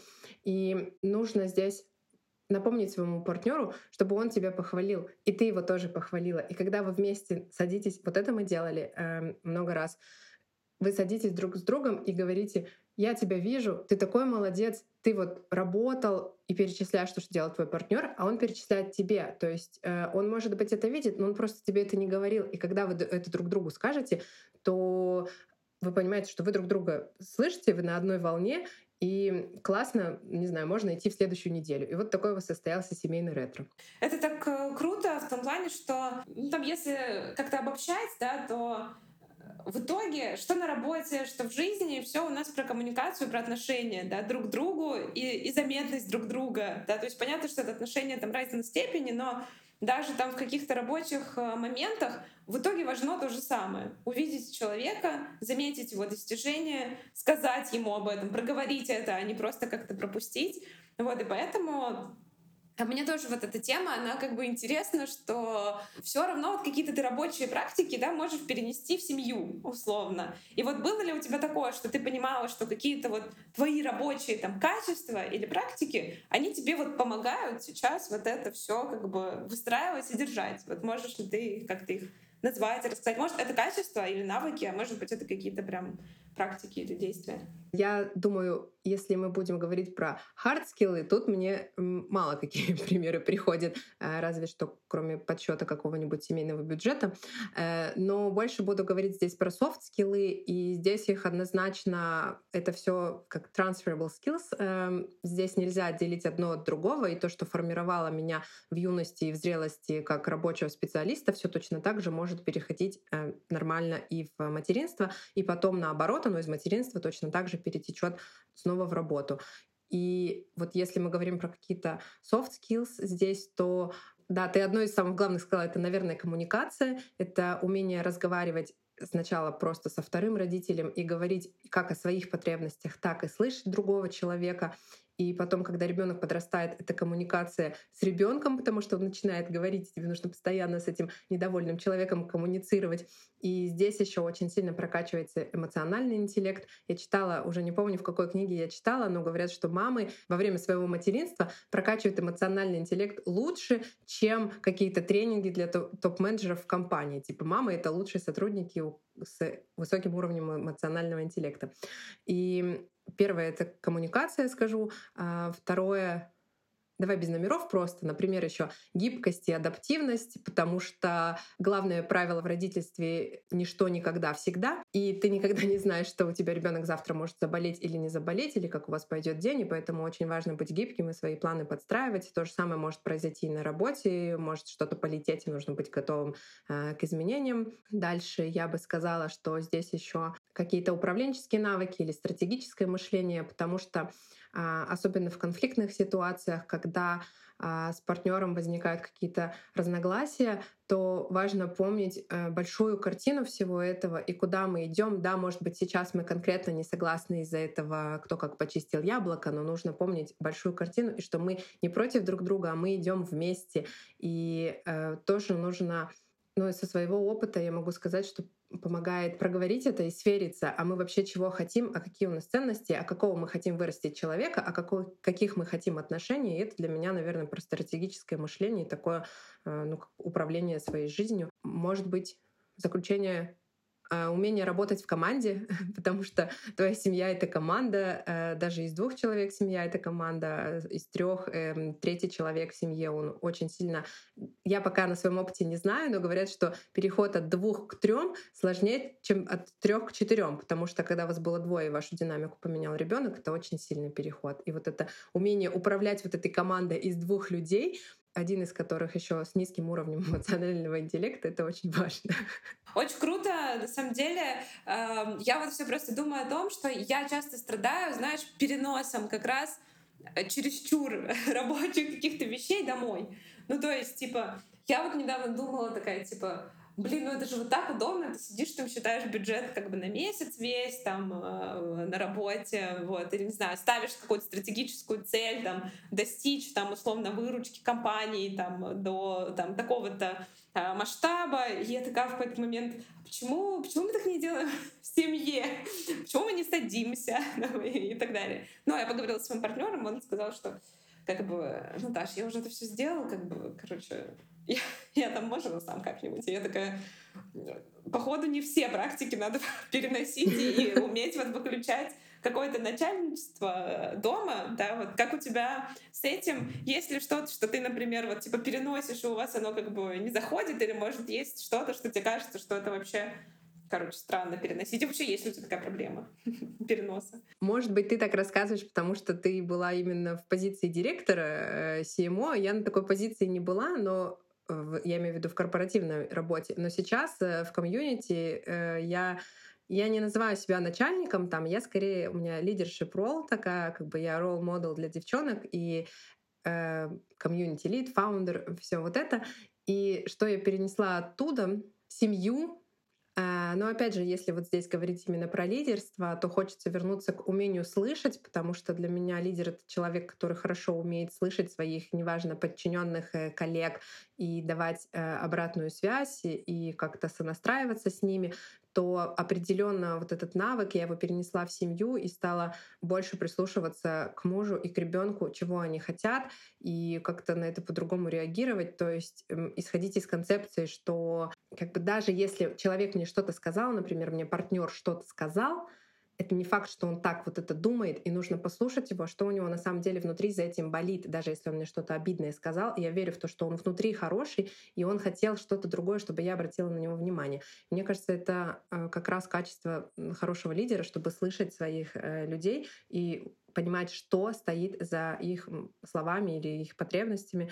И нужно здесь напомнить своему партнеру, чтобы он тебя похвалил, и ты его тоже похвалила. И когда вы вместе садитесь, вот это мы делали э, много раз, вы садитесь друг с другом и говорите: я тебя вижу, ты такой молодец, ты вот работал, и перечисляешь то, что делал твой партнер, а он перечисляет тебе. То есть э, он, может быть, это видит, но он просто тебе это не говорил. И когда вы это друг другу скажете, то вы понимаете, что вы друг друга слышите, вы на одной волне, и классно, не знаю, можно идти в следующую неделю. И вот такой у вас состоялся семейный ретро. Это так э, круто в том плане, что ну, там, если как-то обобщать, да, то в итоге, что на работе, что в жизни, все у нас про коммуникацию, про отношения, да, друг к другу и, и заметность друг друга, да, то есть понятно, что это отношения там разной степени, но даже там в каких-то рабочих моментах в итоге важно то же самое. Увидеть человека, заметить его достижения, сказать ему об этом, проговорить это, а не просто как-то пропустить. Вот, и поэтому а мне тоже вот эта тема, она как бы интересна, что все равно вот какие-то ты рабочие практики, да, можешь перенести в семью, условно. И вот было ли у тебя такое, что ты понимала, что какие-то вот твои рабочие там качества или практики, они тебе вот помогают сейчас вот это все как бы выстраивать и держать? Вот можешь ли ты как-то их назвать, рассказать? Может, это качества или навыки, а может быть, это какие-то прям практики или действия? Я думаю, если мы будем говорить про hard-скиллы, тут мне мало какие примеры приходят, разве что кроме подсчета какого-нибудь семейного бюджета. Но больше буду говорить здесь про soft-скиллы, и здесь их однозначно, это все как transferable skills. Здесь нельзя отделить одно от другого, и то, что формировало меня в юности и в зрелости как рабочего специалиста, все точно так же может переходить нормально и в материнство, и потом наоборот, оно из материнства точно так же перетечет снова в работу. И вот если мы говорим про какие-то soft skills здесь, то да, ты одно из самых главных сказала, это, наверное, коммуникация, это умение разговаривать сначала просто со вторым родителем и говорить как о своих потребностях, так и слышать другого человека. И потом, когда ребенок подрастает, это коммуникация с ребенком, потому что он начинает говорить, и тебе нужно постоянно с этим недовольным человеком коммуницировать. И здесь еще очень сильно прокачивается эмоциональный интеллект. Я читала, уже не помню, в какой книге я читала, но говорят, что мамы во время своего материнства прокачивают эмоциональный интеллект лучше, чем какие-то тренинги для топ-менеджеров в компании. Типа мамы — это лучшие сотрудники с высоким уровнем эмоционального интеллекта. И первое — это коммуникация, скажу. А второе — давай без номеров просто. Например, еще гибкость и адаптивность, потому что главное правило в родительстве — ничто, никогда, всегда. И ты никогда не знаешь, что у тебя ребенок завтра может заболеть или не заболеть, или как у вас пойдет день, и поэтому очень важно быть гибким и свои планы подстраивать. То же самое может произойти и на работе, может что-то полететь, и нужно быть готовым э, к изменениям. Дальше я бы сказала, что здесь еще какие-то управленческие навыки или стратегическое мышление, потому что особенно в конфликтных ситуациях, когда с партнером возникают какие-то разногласия, то важно помнить большую картину всего этого и куда мы идем. Да, может быть, сейчас мы конкретно не согласны из-за этого, кто как почистил яблоко, но нужно помнить большую картину, и что мы не против друг друга, а мы идем вместе. И э, тоже нужно, ну, и со своего опыта я могу сказать, что помогает проговорить это и свериться, а мы вообще чего хотим, а какие у нас ценности, а какого мы хотим вырастить человека, а какой, каких мы хотим отношений. И это для меня, наверное, про стратегическое мышление и такое ну, управление своей жизнью. Может быть, заключение умение работать в команде, потому что твоя семья — это команда, даже из двух человек семья — это команда, из трех третий человек в семье, он очень сильно... Я пока на своем опыте не знаю, но говорят, что переход от двух к трем сложнее, чем от трех к четырем, потому что когда вас было двое, и вашу динамику поменял ребенок, это очень сильный переход. И вот это умение управлять вот этой командой из двух людей, один из которых еще с низким уровнем эмоционального интеллекта, это очень важно. Очень круто, на самом деле. Я вот все просто думаю о том, что я часто страдаю, знаешь, переносом как раз чересчур рабочих каких-то вещей домой. Ну, то есть, типа, я вот недавно думала такая, типа, блин, ну это же вот так удобно, ты сидишь, там считаешь бюджет как бы на месяц весь, там, э, на работе, вот, или, не знаю, ставишь какую-то стратегическую цель, там, достичь, там, условно, выручки компании, там, до, там, такого-то э, масштаба, и я такая в какой-то момент, почему, почему мы так не делаем в семье? Почему мы не садимся? И так далее. Но я поговорила с своим партнером, он сказал, что как бы, Наташ, я уже это все сделала, как бы, короче, я, я там, можно сам как-нибудь. И я такая, походу, не все практики надо переносить и уметь вот выключать какое-то начальничество дома, да, вот как у тебя с этим, есть ли что-то, что ты, например, вот типа переносишь, и у вас оно как бы не заходит, или, может, есть что-то, что тебе кажется, что это вообще... Короче, странно переносить. И вообще, есть ли у тебя такая проблема переноса? Может быть, ты так рассказываешь, потому что ты была именно в позиции директора э, си эм о. Я на такой позиции не была, но э, я имею в виду в корпоративной работе. Но сейчас э, в комьюнити э, я я не называю себя начальником, там я скорее, у меня leadership role такая, как бы я role model для девчонок и э, community lead, founder, все вот это. И что я перенесла оттуда? Семью. Но опять же, если вот здесь говорить именно про лидерство, то хочется вернуться к умению слышать, потому что для меня лидер — это человек, который хорошо умеет слышать своих, неважно, подчиненных, коллег и давать обратную связь и как-то сонастраиваться с ними, то определенно вот этот навык я его перенесла в семью и стала больше прислушиваться к мужу и к ребенку, чего они хотят, и как-то на это по-другому реагировать. То есть исходить из концепции, что как бы даже если человек мне что-то сказал, например, мне партнер что-то сказал, это не факт, что он так вот это думает, и нужно послушать его, что у него на самом деле внутри за этим болит, даже если он мне что-то обидное сказал. И я верю в то, что он внутри хороший, и он хотел что-то другое, чтобы я обратила на него внимание. Мне кажется, это как раз качество хорошего лидера, чтобы слышать своих людей и понимать, что стоит за их словами или их потребностями.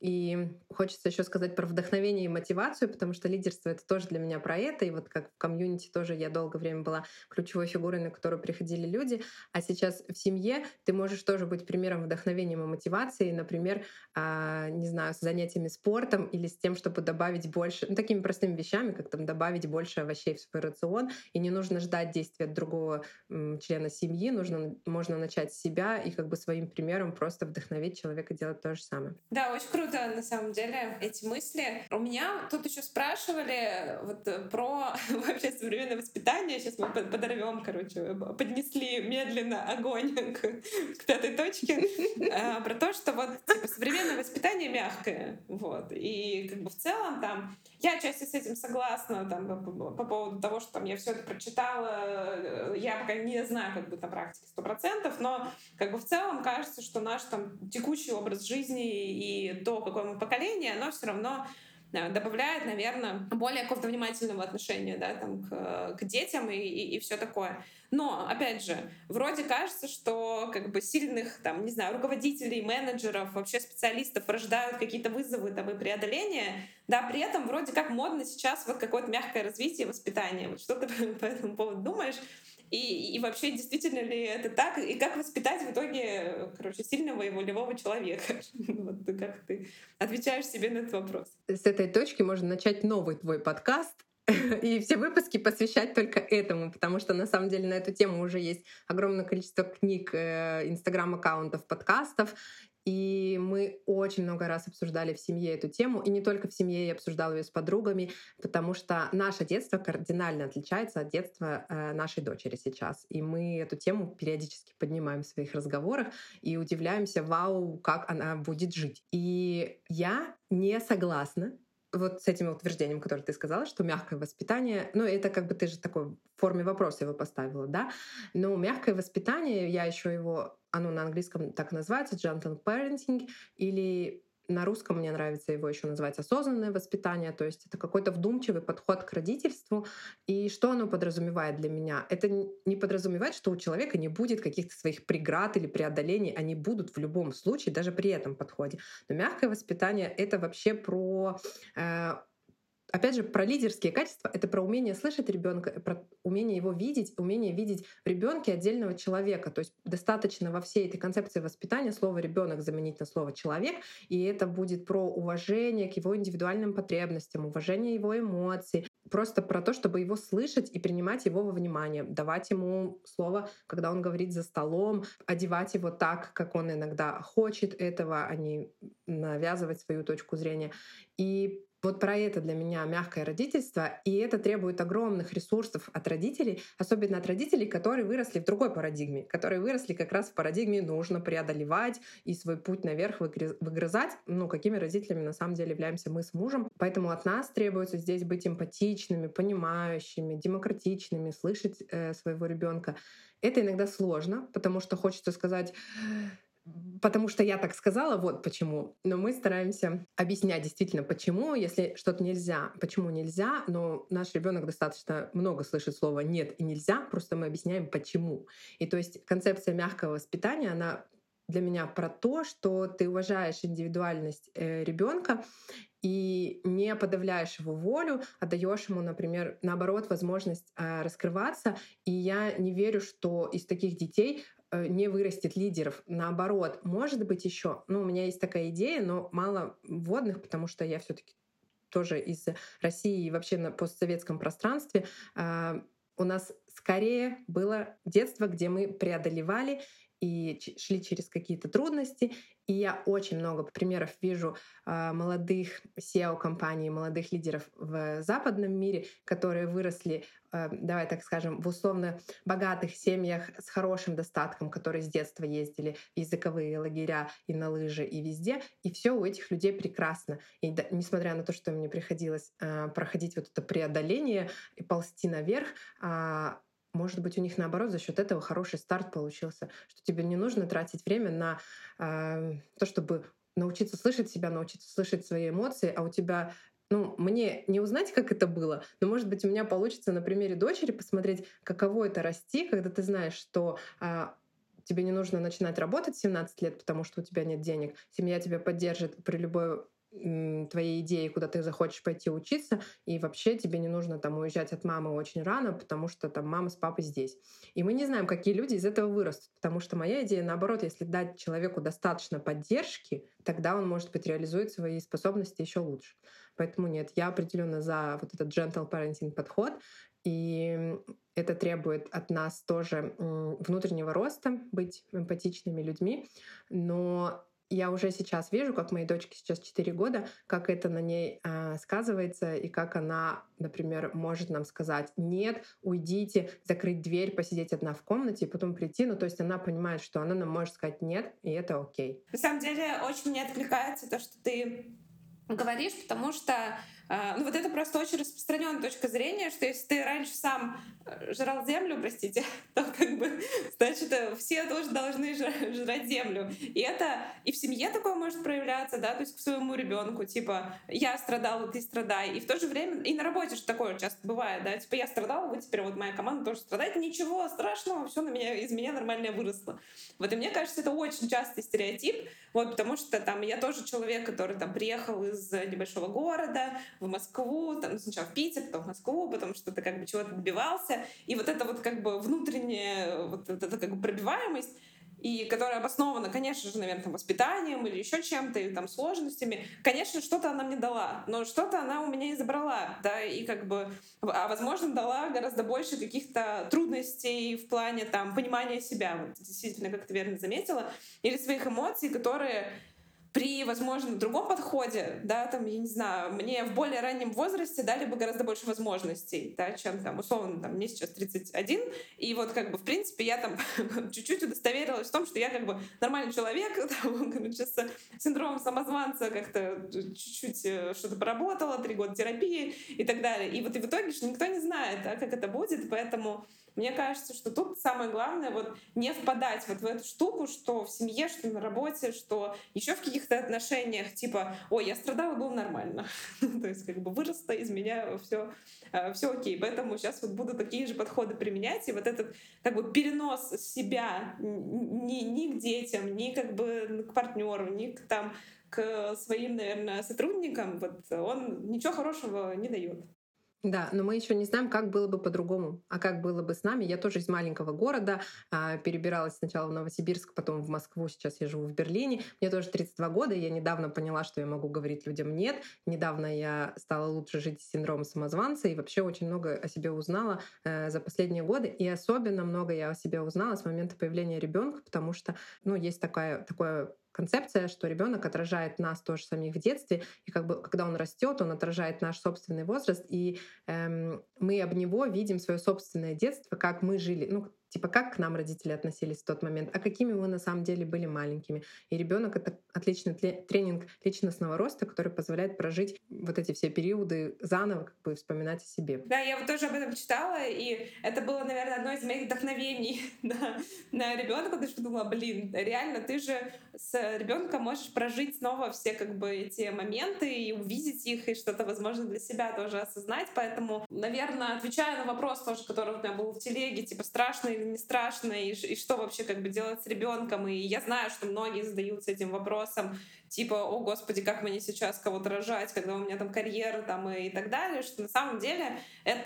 И хочется еще сказать про вдохновение и мотивацию, потому что лидерство — это тоже для меня про это. И вот как в комьюнити тоже я долгое время была ключевой фигурой, на которую приходили люди. А сейчас в семье ты можешь тоже быть примером вдохновения и мотивации, например, а, не знаю, с занятиями спортом или с тем, чтобы добавить больше, ну, такими простыми вещами, как там добавить больше овощей в свой рацион. И не нужно ждать действия от другого м, члена семьи, нужно, можно начать с себя и как бы своим примером просто вдохновить человека делать то же самое. Да, очень круто, на самом деле, эти мысли. У меня тут еще спрашивали вот про вообще современное воспитание. Сейчас мы подорвем, короче, поднесли медленно огонь к, к пятой точке. А, про то, что вот типа, современное воспитание мягкое. Вот. И как бы в целом там я отчасти с этим согласна там, по, по поводу того, что там, я все это прочитала. Я пока не знаю как бы на практике сто процентов, но как бы в целом кажется, что наш там текущий образ жизни и то, какое мы поколение, оно все равно добавляет, наверное, более какого-то внимательного отношения, да, там, к, к детям и, и, и все такое. Но, опять же, вроде кажется, что как бы сильных, там, не знаю, руководителей, менеджеров, вообще специалистов рождают какие-то вызовы там, и преодоления, да, при этом вроде как модно сейчас вот какое-то мягкое развитие, воспитание. Вот что ты по этому поводу думаешь? И, и вообще, действительно ли это так? И как воспитать в итоге, короче, сильного и волевого человека? Вот как ты отвечаешь себе на этот вопрос? С этой точки можно начать новый твой подкаст и все выпуски посвящать только этому, потому что на самом деле на эту тему уже есть огромное количество книг, инстаграм-аккаунтов, подкастов. И мы очень много раз обсуждали в семье эту тему, и не только в семье, я обсуждала ее с подругами, потому что наше детство кардинально отличается от детства нашей дочери сейчас. И мы эту тему периодически поднимаем в своих разговорах и удивляемся, вау, как она будет жить. И я не согласна вот с этим утверждением, которое ты сказала, что мягкое воспитание, ну это как бы ты же такой в форме вопроса его поставила, да? Но мягкое воспитание, я еще его, оно на английском так называется, gentle parenting, или на русском мне нравится его еще называть осознанное воспитание, то есть это какой-то вдумчивый подход к родительству. И что оно подразумевает для меня? Это не подразумевает, что у человека не будет каких-то своих преград или преодолений, они будут в любом случае, даже при этом подходе. Но мягкое воспитание — это вообще про э, опять же, про лидерские качества — это про умение слышать ребенка, про умение его видеть, умение видеть в ребенке отдельного человека. То есть достаточно во всей этой концепции воспитания слово ребенок заменить на слово человек, и это будет про уважение к его индивидуальным потребностям, уважение его эмоций, просто про то, чтобы его слышать и принимать его во внимание, давать ему слово, когда он говорит за столом, одевать его так, как он иногда хочет этого, а не навязывать свою точку зрения. И вот про это для меня мягкое родительство, и это требует огромных ресурсов от родителей, особенно от родителей, которые выросли в другой парадигме, которые выросли как раз в парадигме «нужно преодолевать и свой путь наверх выгрызать», ну, какими родителями на самом деле являемся мы с мужем. Поэтому от нас требуется здесь быть эмпатичными, понимающими, демократичными, слышать э, своего ребенка. Это иногда сложно, потому что хочется сказать... Потому что я так сказала, вот почему. Но мы стараемся объяснять действительно, почему, если что-то нельзя, почему нельзя, но наш ребенок достаточно много слышит слово «нет» и «нельзя», просто мы объясняем, почему. И то есть концепция мягкого воспитания, она для меня про то, что ты уважаешь индивидуальность ребенка и не подавляешь его волю, а даешь ему, например, наоборот, возможность раскрываться. И я не верю, что из таких детей не вырастет лидеров. Наоборот, может быть еще. Ну, у меня есть такая идея, но мало вводных, потому что я все-таки тоже из России и вообще на постсоветском пространстве. У нас скорее было детство, где мы преодолевали и шли через какие-то трудности. И я очень много примеров вижу э, молодых си и о-компаний, молодых лидеров в западном мире, которые выросли, э, давай так скажем, в условно богатых семьях с хорошим достатком, которые с детства ездили в языковые лагеря и на лыжи, и везде. И все у этих людей прекрасно. И да, несмотря на то, что мне приходилось э, проходить вот это преодоление и ползти наверх, э, может быть, у них наоборот за счет этого хороший старт получился, что тебе не нужно тратить время на э, то, чтобы научиться слышать себя, научиться слышать свои эмоции, а у тебя, ну, мне не узнать, как это было, но, может быть, у меня получится на примере дочери посмотреть, каково это расти, когда ты знаешь, что э, тебе не нужно начинать работать в семнадцать лет, потому что у тебя нет денег, семья тебя поддержит при любой твоей идеи, куда ты захочешь пойти учиться, и вообще тебе не нужно там уезжать от мамы очень рано, потому что там мама с папой здесь. И мы не знаем, какие люди из этого вырастут, потому что моя идея, наоборот, если дать человеку достаточно поддержки, тогда он, может быть, реализует свои способности еще лучше. Поэтому нет, я определенно за вот этот gentle parenting подход, и это требует от нас тоже внутреннего роста, быть эмпатичными людьми, но я уже сейчас вижу, как моей дочке сейчас четыре года, как это на ней э, сказывается, и как она, например, может нам сказать: нет, уйдите, закрыть дверь, посидеть одна в комнате и потом прийти. Ну, то есть она понимает, что она нам может сказать нет, и это окей. На самом деле очень мне откликается то, что ты говоришь, потому что э, ну вот это просто очень распространенная точка зрения, что если ты раньше сам жрал землю, простите, то как бы значит все тоже должны жрать землю. И это и в семье такое может проявляться, да, то есть к своему ребенку, типа я страдала, ты страдай. И в то же время и на работе же такое часто бывает, да, типа я страдала, вы теперь вот моя команда тоже страдает, ничего страшного, все на меня из меня нормально выросло. Вот и мне кажется, это очень частый стереотип, вот потому что там я тоже человек, который там приехал из небольшого города в Москву, там сначала в Питер, потом в Москву, потому что ты как бы чего-то добивался. И вот это вот как бы внутренняя вот эта как бы пробиваемость, и которая обоснована, конечно же, наверное, там, воспитанием или еще чем-то, или там сложностями, конечно, что-то она мне дала, но что-то она у меня и забрала, да, и как бы, а возможно, дала гораздо больше каких-то трудностей в плане там понимания себя, вот действительно, как ты верно заметила, или своих эмоций, которые при, возможно, другом подходе, да, там, я не знаю, мне в более раннем возрасте дали бы гораздо больше возможностей, да, чем там, условно, там, мне сейчас тридцать один, и вот как бы, в принципе, я там чуть-чуть удостоверилась в том, что я как бы нормальный человек, там, короче, с синдромом самозванца как-то чуть-чуть что-то поработала, три года терапии и так далее. И вот и в итоге что никто не знает, да, как это будет, поэтому мне кажется, что тут самое главное вот не впадать вот в эту штуку, что в семье, что на работе, что еще в каких-то отношениях, типа, ой, я страдала, было нормально. То есть как бы выросла из меня, все, все окей. Поэтому сейчас вот буду такие же подходы применять, и вот этот как бы перенос себя ни, ни к детям, ни как бы к партнеру, ни к там к своим, наверное, сотрудникам, вот он ничего хорошего не дает. Да, но мы еще не знаем, как было бы по-другому. А как было бы с нами? Я тоже из маленького города, перебиралась сначала в Новосибирск, потом в Москву, сейчас я живу в Берлине. Мне тоже тридцать два года, и я недавно поняла, что я могу говорить людям «нет». Недавно я стала лучше жить с синдромом самозванца, и вообще очень много о себе узнала за последние годы. И особенно много я о себе узнала с момента появления ребенка, потому что ну, есть такая, такое концепция, что ребенок отражает нас тоже самих в детстве, и как бы когда он растет, он отражает наш собственный возраст, и эм, мы об него видим свое собственное детство, как мы жили, ну типа как к нам родители относились в тот момент, а какими мы на самом деле были маленькими. И ребенок — это отличный тренинг личностного роста, который позволяет прожить вот эти все периоды заново, как бы вспоминать о себе. Да, я вот тоже об этом читала, и это было, наверное, одно из моих вдохновений на, на ребенка, потому что думала, блин, реально, ты же с ребенком можешь прожить снова все как бы эти моменты и увидеть их, и что-то, возможно, для себя тоже осознать. Поэтому, наверное, отвечая на вопрос тоже, который у меня был в телеге, типа, страшно или не страшно, и, и что вообще как бы делать с ребенком. И я знаю, что многие задаются этим вопросом, типа, о, господи, как мне сейчас кого-то рожать, когда у меня там карьера там и, и так далее, что на самом деле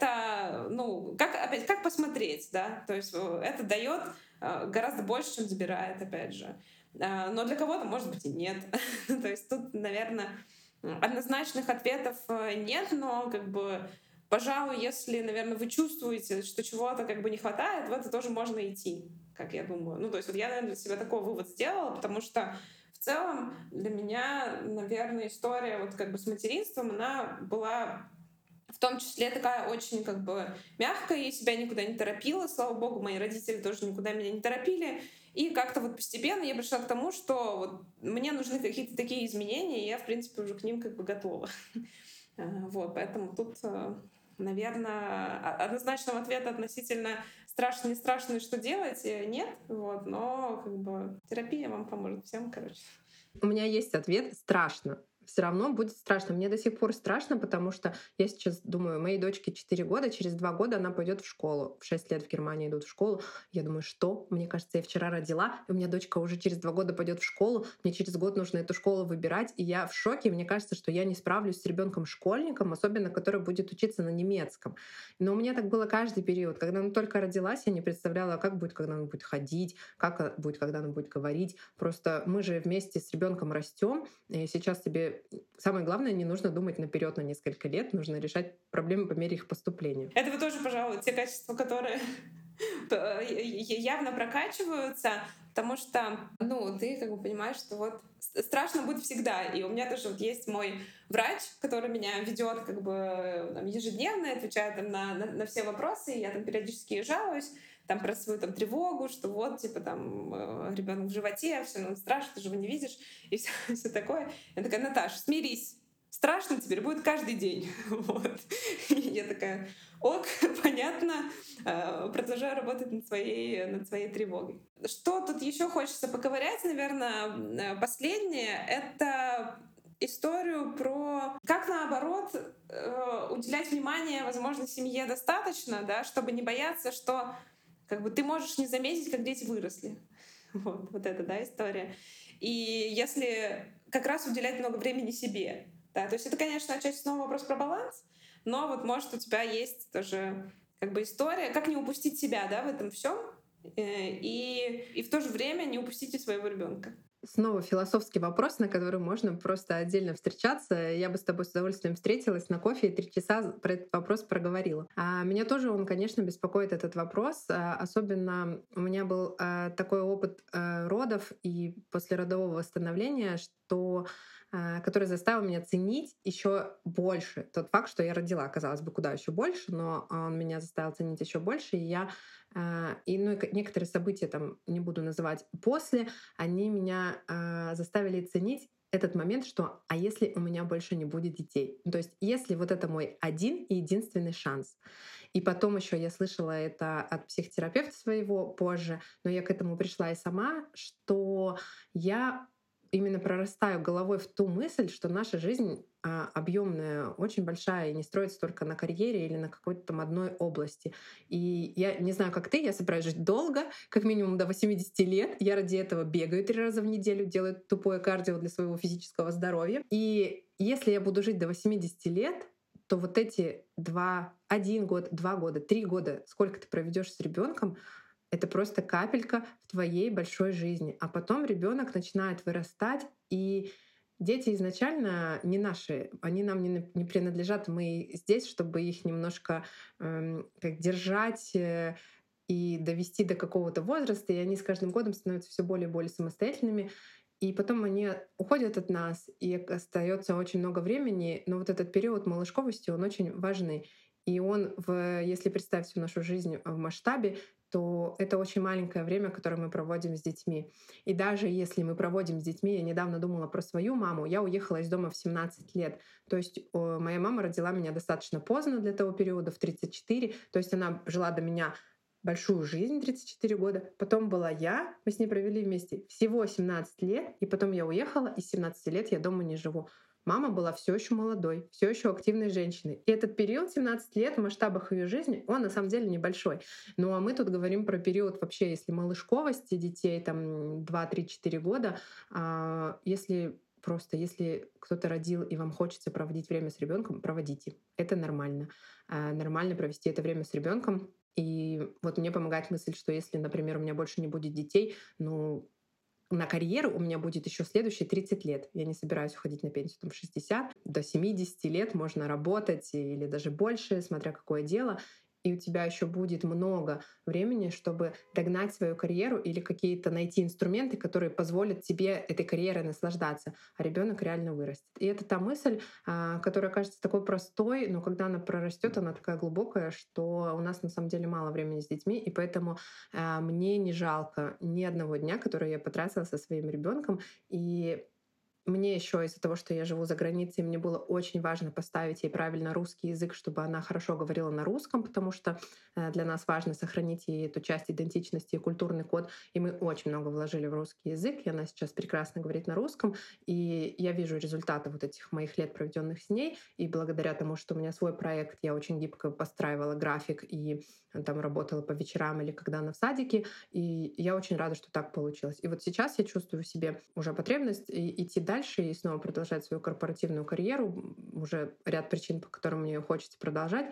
это, ну, как, опять, как посмотреть, да, то есть это дает гораздо больше, чем забирает, опять же. Но для кого-то, может быть, и нет. То есть тут, наверное, однозначных ответов нет, но как бы пожалуй, если, наверное, вы чувствуете, что чего-то как бы не хватает, в это тоже можно идти, как я думаю. Ну, то есть вот я, наверное, для себя такой вывод сделала, потому что в целом для меня, наверное, история вот как бы с материнством, она была в том числе такая очень как бы мягкая, я себя никуда не торопила, слава богу, мои родители тоже никуда меня не торопили. И как-то вот постепенно я пришла к тому, что вот мне нужны какие-то такие изменения, и я, в принципе, уже к ним как бы готова. Вот, поэтому тут, наверное, однозначного ответа относительно страшно, не страшно и что делать нет, вот, но как бы терапия вам поможет всем, короче. У меня есть ответ — страшно. все равно будет страшно. Мне до сих пор страшно, потому что я сейчас думаю, моей дочке четыре года, через два года она пойдет в школу. В шесть лет в Германии идут в школу. Я думаю, что? Мне кажется, я вчера родила, и у меня дочка уже через два года пойдет в школу. Мне через год нужно эту школу выбирать, и я в шоке. Мне кажется, что я не справлюсь с ребенком-школьником, особенно который будет учиться на немецком. Но у меня так было каждый период. Когда она только родилась, я не представляла, как будет, когда она будет ходить, как будет, когда она будет говорить. Просто мы же вместе с ребенком растем, и сейчас тебе самое главное, не нужно думать наперед на несколько лет, нужно решать проблемы по мере их поступления. Это вот тоже, пожалуй, те качества, которые явно прокачиваются, потому что, ну, ты как бы понимаешь, что вот страшно будет всегда. И у меня тоже вот есть мой врач, который меня ведет как бы там, ежедневно, отвечает там, на, на, на все вопросы, и я там периодически жалуюсь там про свою там тревогу, что вот типа там ребенок в животе, все ну, страшно, ты же его не видишь, и все, все такое. Я такая: Наташа, смирись. Страшно теперь будет каждый день. Вот. И я такая: ок, понятно, продолжаю работать над своей, над своей тревогой. Что тут еще хочется поковырять, наверное, последнее — это историю про как, наоборот, уделять внимание, возможно, семье достаточно, да, чтобы не бояться, что как бы ты можешь не заметить, как дети выросли. Вот, вот это, да, история. И если как раз уделять много времени себе, да, то есть это, конечно, отчасти снова вопрос про баланс, но вот, может, у тебя есть тоже как бы история, как не упустить себя, да, в этом всем, и, и в то же время не упустить и своего ребенка. Снова философский вопрос, на который можно просто отдельно встречаться. Я бы с тобой с удовольствием встретилась на кофе и три часа про этот вопрос проговорила. А меня тоже он, конечно, беспокоит, этот вопрос. Особенно у меня был такой опыт родов и послеродового восстановления, что который заставил меня ценить еще больше тот факт, что я родила. Казалось бы, куда еще больше, но он меня заставил ценить еще больше. И я и ну, и некоторые события, там не буду называть после, они меня заставили ценить этот момент, что а если у меня больше не будет детей? То есть если вот это мой один и единственный шанс. И потом еще я слышала это от психотерапевта своего позже, но я к этому пришла и сама, что я именно прорастаю головой в ту мысль, что наша жизнь а, объемная, очень большая, и не строится только на карьере или на какой-то там одной области. И я не знаю, как ты, я собираюсь жить долго, как минимум до восьмидесяти лет. Я ради этого бегаю три раза в неделю, делаю тупое кардио для своего физического здоровья. И если я буду жить до восьмидесяти лет, то вот эти два, один год, два года, три года, сколько ты проведешь с ребенком, это просто капелька в твоей большой жизни. А потом ребенок начинает вырастать, и дети изначально не наши, они нам не, не принадлежат. Мы здесь, чтобы их немножко э, как держать э, и довести до какого-то возраста, и они с каждым годом становятся все более и более самостоятельными. И потом они уходят от нас, и остается очень много времени. Но вот этот период малышковости, он очень важный. И он, в, если представить всю нашу жизнь в масштабе, то это очень маленькое время, которое мы проводим с детьми. И даже если мы проводим с детьми, я недавно думала про свою маму, я уехала из дома в семнадцать лет. То есть моя мама родила меня достаточно поздно для того периода, в тридцать четыре. То есть она жила до меня большую жизнь, тридцать четыре года. Потом была я, мы с ней провели вместе всего семнадцать лет, и потом я уехала, и с семнадцати лет я дома не живу. Мама была все еще молодой, все еще активной женщиной. И этот период, семнадцать лет, в масштабах ее жизни, он на самом деле небольшой. Ну а мы тут говорим про период вообще, если малышковости детей, там два, три, четыре года, а если просто, если кто-то родил и вам хочется проводить время с ребенком, проводите. Это нормально. А нормально провести это время с ребенком. И вот мне помогает мысль, что если, например, у меня больше не будет детей, ну, на карьеру у меня будет еще следующие тридцать лет. Я не собираюсь уходить на пенсию там, в шестьдесят. До семидесяти лет можно работать или даже больше, смотря какое дело. И у тебя еще будет много времени, чтобы догнать свою карьеру или какие-то найти инструменты, которые позволят тебе этой карьерой наслаждаться, а ребенок реально вырастет. И это та мысль, которая кажется такой простой, но когда она прорастет, она такая глубокая, что у нас на самом деле мало времени с детьми, и поэтому мне не жалко ни одного дня, который я потратила со своим ребенком. И мне еще из-за того, что я живу за границей, мне было очень важно поставить ей правильно русский язык, чтобы она хорошо говорила на русском, потому что э, для нас важно сохранить ей эту часть идентичности и культурный код. И мы очень много вложили в русский язык, и она сейчас прекрасно говорит на русском. И я вижу результаты вот этих моих лет, проведенных с ней. И благодаря тому, что у меня свой проект, я очень гибко постраивала график и там работала по вечерам или когда она в садике. И я очень рада, что так получилось. И вот сейчас я чувствую в себе уже потребность и- идти дальше и снова продолжать свою корпоративную карьеру. Уже ряд причин, по которым мне ее хочется продолжать.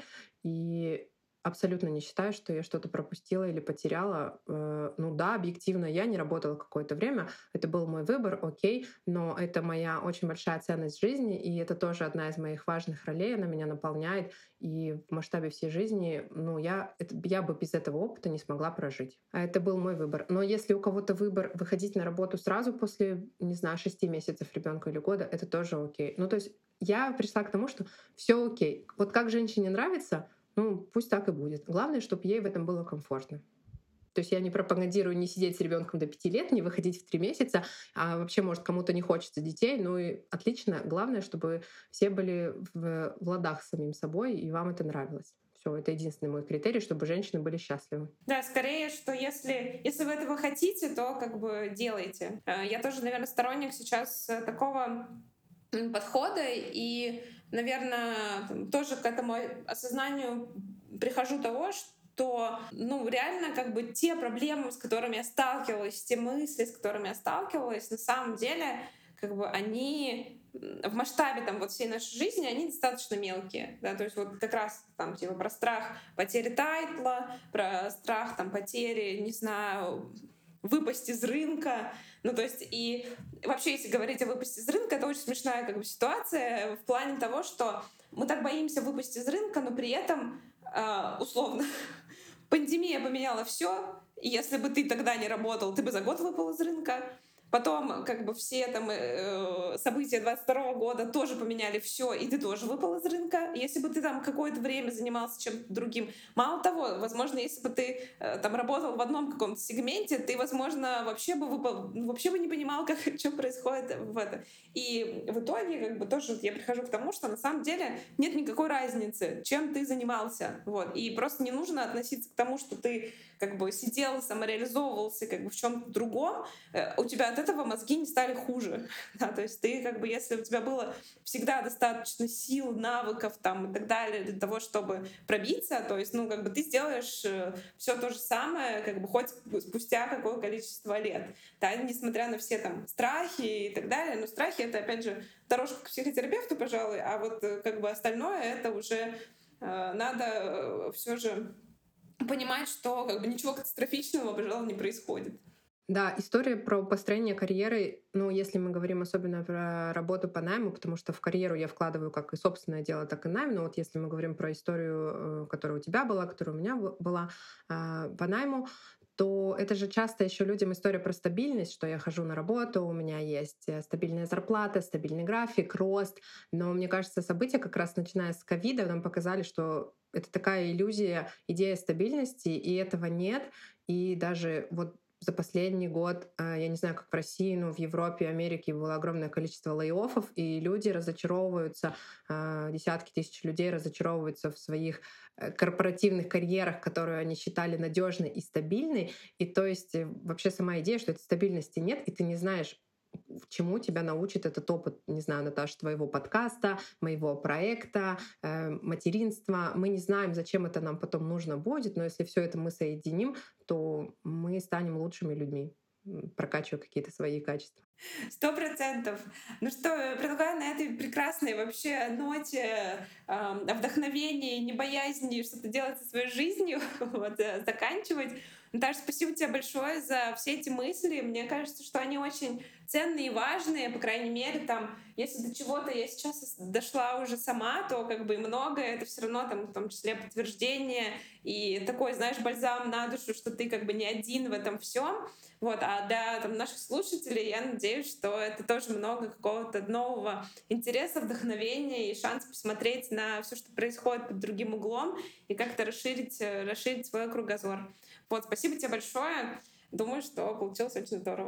И абсолютно не считаю, что я что-то пропустила или потеряла. Э, Ну да, объективно, я не работала какое-то время. Это был мой выбор, окей, но это моя очень большая ценность жизни, и это тоже одна из моих важных ролей. Она меня наполняет, и в масштабе всей жизни, ну, я, это- я бы без этого опыта не смогла прожить. А это был мой выбор. Но если у кого-то выбор выходить на работу сразу после, не знаю, шести месяцев ребенка или года, это тоже окей. Ну, то есть я пришла к тому, что все окей. Вот как женщине нравится, ну, пусть так и будет. Главное, чтобы ей в этом было комфортно. То есть я не пропагандирую не сидеть с ребенком до пяти лет, не выходить в три месяца, а вообще, может, кому-то не хочется детей, ну и отлично. Главное, чтобы все были в, в ладах с самим собой, и вам это нравилось. Все, это единственный мой критерий, чтобы женщины были счастливы. Да, скорее, что если, если вы этого хотите, то как бы делайте. Э, Я тоже, наверное, сторонник сейчас э, такого м, подхода и, наверное, там, тоже к этому осознанию прихожу того, что, ну, реально, как бы те проблемы, с которыми я сталкивалась, те мысли, с которыми я сталкивалась, на самом деле, как бы они м, в масштабе там вот всей нашей жизни, они достаточно мелкие, да, то есть вот как раз там типа про страх потери тайтла, про страх там потери, не знаю, выпасть из рынка. Ну, то есть, и вообще, если говорить о выпасть из рынка, это очень смешная как бы ситуация в плане того, что мы так боимся выпасть из рынка, но при этом, э, условно, пандемия поменяла все, и если бы ты тогда не работал, ты бы за год выпал из рынка. Потом как бы все там э, события двадцать второго года тоже поменяли все, и ты тоже выпал из рынка. Если бы ты там какое-то время занимался чем-то другим. Мало того, возможно, если бы ты э, там работал в одном каком-то сегменте, ты, возможно, вообще бы выпал, ну, вообще бы не понимал, как, что происходит в этом. И в итоге как бы тоже я прихожу к тому, что на самом деле нет никакой разницы, чем ты занимался. Вот. И просто не нужно относиться к тому, что ты как бы сидел, самореализовывался как бы в чем-то другом, э, у тебя от этого мозги не стали хуже. Да, то есть ты как бы, если у тебя было всегда достаточно сил, навыков там и так далее для того, чтобы пробиться, то есть, ну, как бы ты сделаешь все то же самое, как бы хоть спустя какое количество лет. Да, несмотря на все там страхи и так далее. Но страхи — это, опять же, дорожка к психотерапевту, пожалуй, а вот э, как бы остальное — это уже э, надо э, все же понимать, что как бы ничего катастрофичного, пожалуй, не происходит. Да, история про построение карьеры, ну, если мы говорим особенно про работу по найму, потому что в карьеру я вкладываю как и собственное дело, так и найм, но вот если мы говорим про историю, э, которая у тебя была, которая у меня бу- была а, по найму, то это же часто еще людям история про стабильность, что я хожу на работу, у меня есть э, стабильная зарплата, стабильный график, рост. Но мне кажется, события как раз начиная с ковида нам показали, что это такая иллюзия, идея стабильности, и этого нет. И даже вот за последний год, а, я не знаю, как в России, но в Европе, Америке было огромное количество лей-оффов, и люди разочаровываются, а, десятки тысяч людей разочаровываются в своих э, корпоративных карьерах, которые они считали надежной и стабильной. И то есть э, вообще сама идея, что этой стабильности нет, и ты не знаешь, чему тебя научит этот опыт, не знаю, Наташа, твоего подкаста, моего проекта, э, материнства. Мы не знаем, зачем это нам потом нужно будет, но если все это мы соединим, то мы станем лучшими людьми, м, прокачивая какие-то свои качества. Сто процентов. Ну что, предлагаю на этой прекрасной вообще ноте э, вдохновения, непоязни что-то делать со своей жизнью вот, э, заканчивать. Наташа, спасибо тебе большое за все эти мысли. Мне кажется, что они очень ценные и важные, по крайней мере, там, если до чего-то я сейчас дошла уже сама, то как бы и многое, это все равно там, в том числе подтверждение и такой, знаешь, бальзам на душу, что ты как бы не один в этом всем. Вот, а для там, наших слушателей я надеюсь, что это тоже много какого-то нового интереса, вдохновения и шанс посмотреть на все, что происходит под другим углом и как-то расширить, э, расширить свой кругозор. Вот, спасибо тебе большое. Думаю, что получилось очень здорово.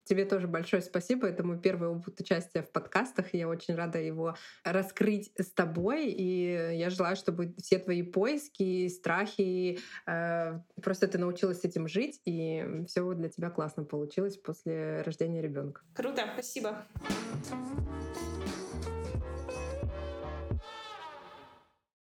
Тебе тоже большое спасибо. Это мой первый опыт участия в подкастах, и я очень рада его раскрыть с тобой. И я желаю, чтобы все твои поиски, страхи, э, просто ты научилась с этим жить, и все для тебя классно получилось после рождения ребенка. Круто, спасибо.